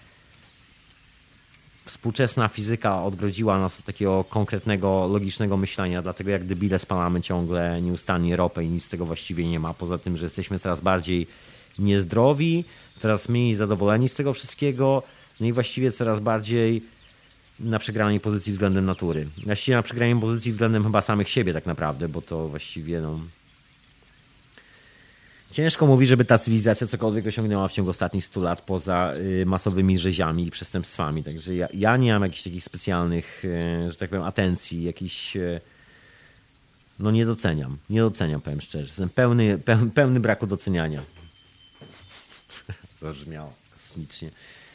Współczesna fizyka odgrodziła nas od takiego konkretnego, logicznego myślenia, dlatego jak debile spalamy ciągle nieustannie ropę i nic z tego właściwie nie ma. Poza tym, że jesteśmy coraz bardziej niezdrowi, coraz mniej zadowoleni z tego wszystkiego, no i właściwie coraz bardziej na przegranej pozycji względem natury. Właściwie na przegranej pozycji względem chyba samych siebie tak naprawdę, bo to właściwie ciężko mówi, żeby ta cywilizacja cokolwiek osiągnęła w ciągu ostatnich 100 lat poza masowymi rzeziami i przestępstwami. Także ja nie mam jakichś takich specjalnych, że tak powiem, atencji, jakichś... No nie doceniam, powiem szczerze. Jestem pełny braku doceniania. To brzmiało kosmicznie.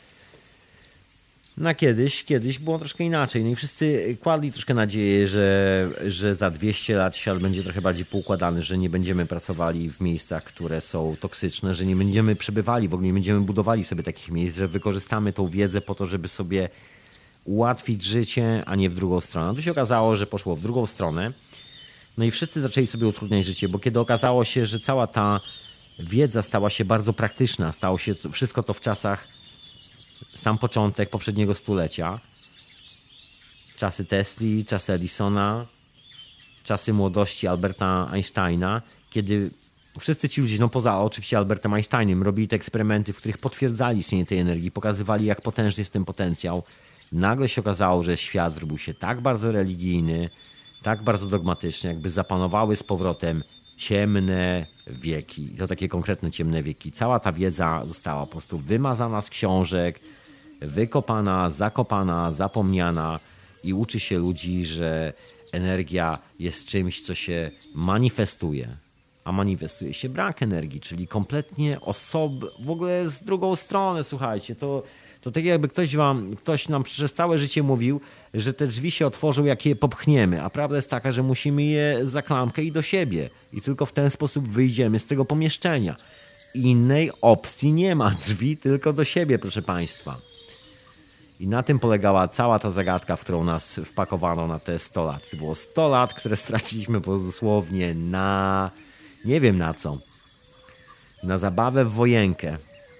No kiedyś było troszkę inaczej. No i wszyscy kładli troszkę nadzieję, że za 200 lat świat będzie trochę bardziej poukładany, że nie będziemy pracowali w miejscach, które są toksyczne, że nie będziemy przebywali, w ogóle nie będziemy budowali sobie takich miejsc, że wykorzystamy tą wiedzę po to, żeby sobie ułatwić życie, a nie w drugą stronę. No to się okazało, że poszło w drugą stronę. No i wszyscy zaczęli sobie utrudniać życie, bo kiedy okazało się, że cała ta wiedza stała się bardzo praktyczna, stało się wszystko to w czasach, sam początek poprzedniego stulecia, czasy Tesli, czasy Edisona, czasy młodości Alberta Einsteina, kiedy wszyscy ci ludzie, no poza oczywiście Albertem Einsteinem, robili te eksperymenty, w których potwierdzali istnienie tej energii, pokazywali, jak potężny jest ten potencjał. Nagle się okazało, że świat zrobił się tak bardzo religijny, tak bardzo dogmatyczny, jakby zapanowały z powrotem ciemne wieki. I to takie konkretne ciemne wieki. Cała ta wiedza została po prostu wymazana z książek, wykopana, zakopana, zapomniana i uczy się ludzi, że energia jest czymś, co się manifestuje. A manifestuje się brak energii, czyli kompletnie w ogóle z drugą stronę, słuchajcie. To tak jakby ktoś nam przez całe życie mówił, że te drzwi się otworzą, jak je popchniemy, a prawda jest taka, że musimy je za klamkę i do siebie. I tylko w ten sposób wyjdziemy z tego pomieszczenia. Innej opcji nie ma. Drzwi tylko do siebie, proszę Państwa. I na tym polegała cała ta zagadka, w którą nas wpakowano na te 100 lat. To było 100 lat, które straciliśmy dosłownie na... nie wiem na co. Na zabawę w wojenkę.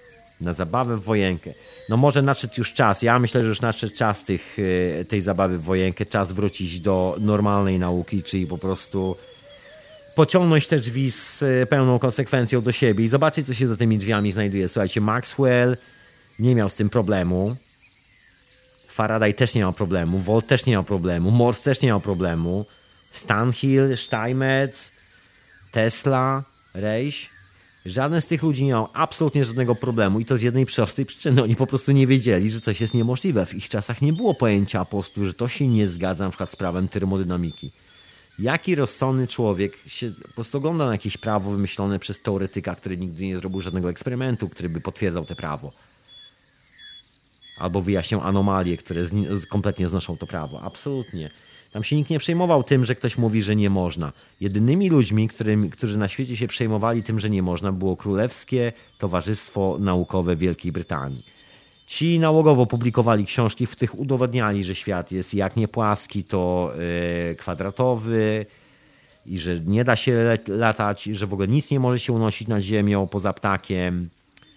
No może nadszedł już czas. Ja myślę, że już nadszedł czas tej zabawy w wojenkę. Czas wrócić do normalnej nauki, czyli po prostu pociągnąć te drzwi z pełną konsekwencją do siebie i zobaczyć, co się za tymi drzwiami znajduje. Słuchajcie, Maxwell nie miał z tym problemu. Faraday też nie miał problemu, Volt też nie miał problemu, Morse też nie miał problemu, Stanhill, Steinmetz, Tesla, Reisch. Żaden z tych ludzi nie miał absolutnie żadnego problemu i to z jednej prostej przyczyny. Oni po prostu nie wiedzieli, że coś jest niemożliwe. W ich czasach nie było pojęcia po prostu, że to się nie zgadza na przykład z prawem termodynamiki. Jaki rozsądny człowiek się po prostu ogląda na jakieś prawo wymyślone przez teoretyka, który nigdy nie zrobił żadnego eksperymentu, który by potwierdzał te prawo. Albo wyjaśniał anomalie, które kompletnie znoszą to prawo. Absolutnie. Tam się nikt nie przejmował tym, że ktoś mówi, że nie można. Jedynymi ludźmi, którzy na świecie się przejmowali tym, że nie można, było Królewskie Towarzystwo Naukowe Wielkiej Brytanii. Ci nałogowo publikowali książki, w tych udowadniali, że świat jest jak nie płaski, to kwadratowy i że nie da się latać, że w ogóle nic nie może się unosić nad ziemią poza ptakiem,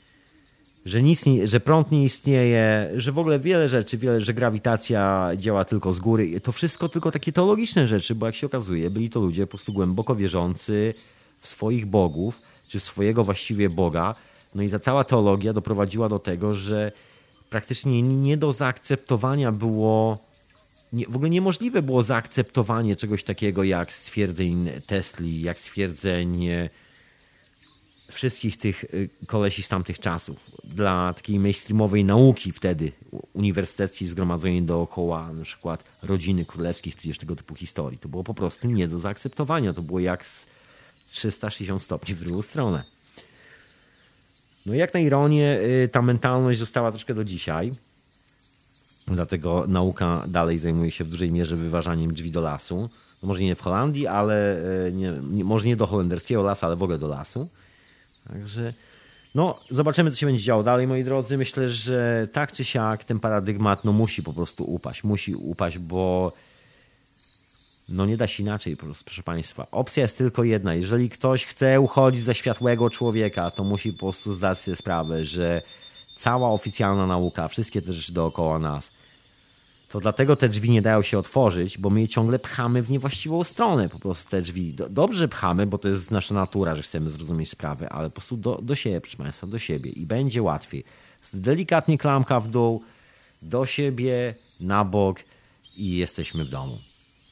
że prąd nie istnieje, że w ogóle wiele rzeczy, że grawitacja działa tylko z góry. To wszystko tylko takie teologiczne rzeczy, bo jak się okazuje, byli to ludzie po prostu głęboko wierzący w swoich bogów, czy w swojego właściwie Boga. No i ta cała teologia doprowadziła do tego, że praktycznie nie do zaakceptowania było, w ogóle niemożliwe było zaakceptowanie czegoś takiego jak stwierdzeń Tesli, jak stwierdzeń wszystkich tych kolesi z tamtych czasów. Dla takiej mainstreamowej nauki wtedy, uniwersyteckiej zgromadzeni dookoła na przykład rodziny królewskich, tudzież tego typu historii. To było po prostu nie do zaakceptowania. To było jak z 360 stopni w drugą stronę. No jak na ironię, ta mentalność została troszkę do dzisiaj. Dlatego nauka dalej zajmuje się w dużej mierze wyważaniem drzwi do lasu. No może nie w Holandii, ale może nie do holenderskiego lasu, ale w ogóle do lasu. Także no, zobaczymy, co się będzie działo dalej, moi drodzy. Myślę, że tak czy siak ten paradygmat musi po prostu upaść. Musi upaść, bo nie da się inaczej po prostu, proszę Państwa. Opcja jest tylko jedna. Jeżeli ktoś chce uchodzić za światłego człowieka, to musi po prostu zdać sobie sprawę, że cała oficjalna nauka, wszystkie te rzeczy dookoła nas, to dlatego te drzwi nie dają się otworzyć, bo my je ciągle pchamy w niewłaściwą stronę, po prostu te drzwi. Dobrze pchamy, bo to jest nasza natura, że chcemy zrozumieć sprawę, ale po prostu do siebie, proszę Państwa, do siebie i będzie łatwiej. Delikatnie klamka w dół, do siebie, na bok i jesteśmy w domu.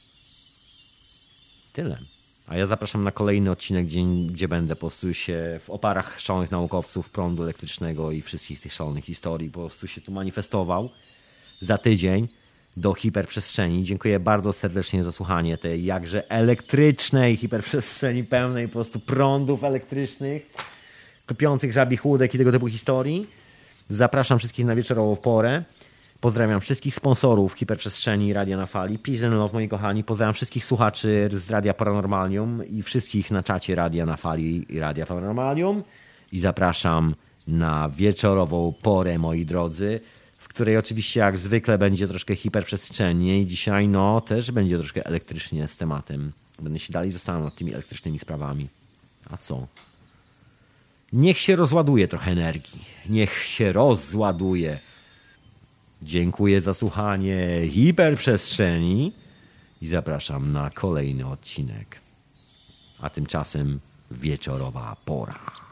Tyle. A ja zapraszam na kolejny odcinek, gdzie będę po prostu się w oparach szalonych naukowców, prądu elektrycznego i wszystkich tych szalonych historii po prostu się tu manifestował za tydzień do hiperprzestrzeni. Dziękuję bardzo serdecznie za słuchanie tej jakże elektrycznej hiperprzestrzeni, pełnej po prostu prądów elektrycznych, kopiących żabich łódek i tego typu historii. Zapraszam wszystkich na wieczorową porę. Pozdrawiam wszystkich sponsorów hiperprzestrzeni Radia na Fali. Peace and love, moi kochani. Pozdrawiam wszystkich słuchaczy z Radia Paranormalium i wszystkich na czacie Radia na Fali i Radia Paranormalium. I zapraszam na wieczorową porę, moi drodzy, w której oczywiście jak zwykle będzie troszkę hiperprzestrzennie i dzisiaj też będzie troszkę elektrycznie z tematem. Będę się dalej zastanawiał nad tymi elektrycznymi sprawami. A co? Niech się rozładuje trochę energii. Niech się rozładuje. Dziękuję za słuchanie hiperprzestrzeni i zapraszam na kolejny odcinek. A tymczasem wieczorowa pora.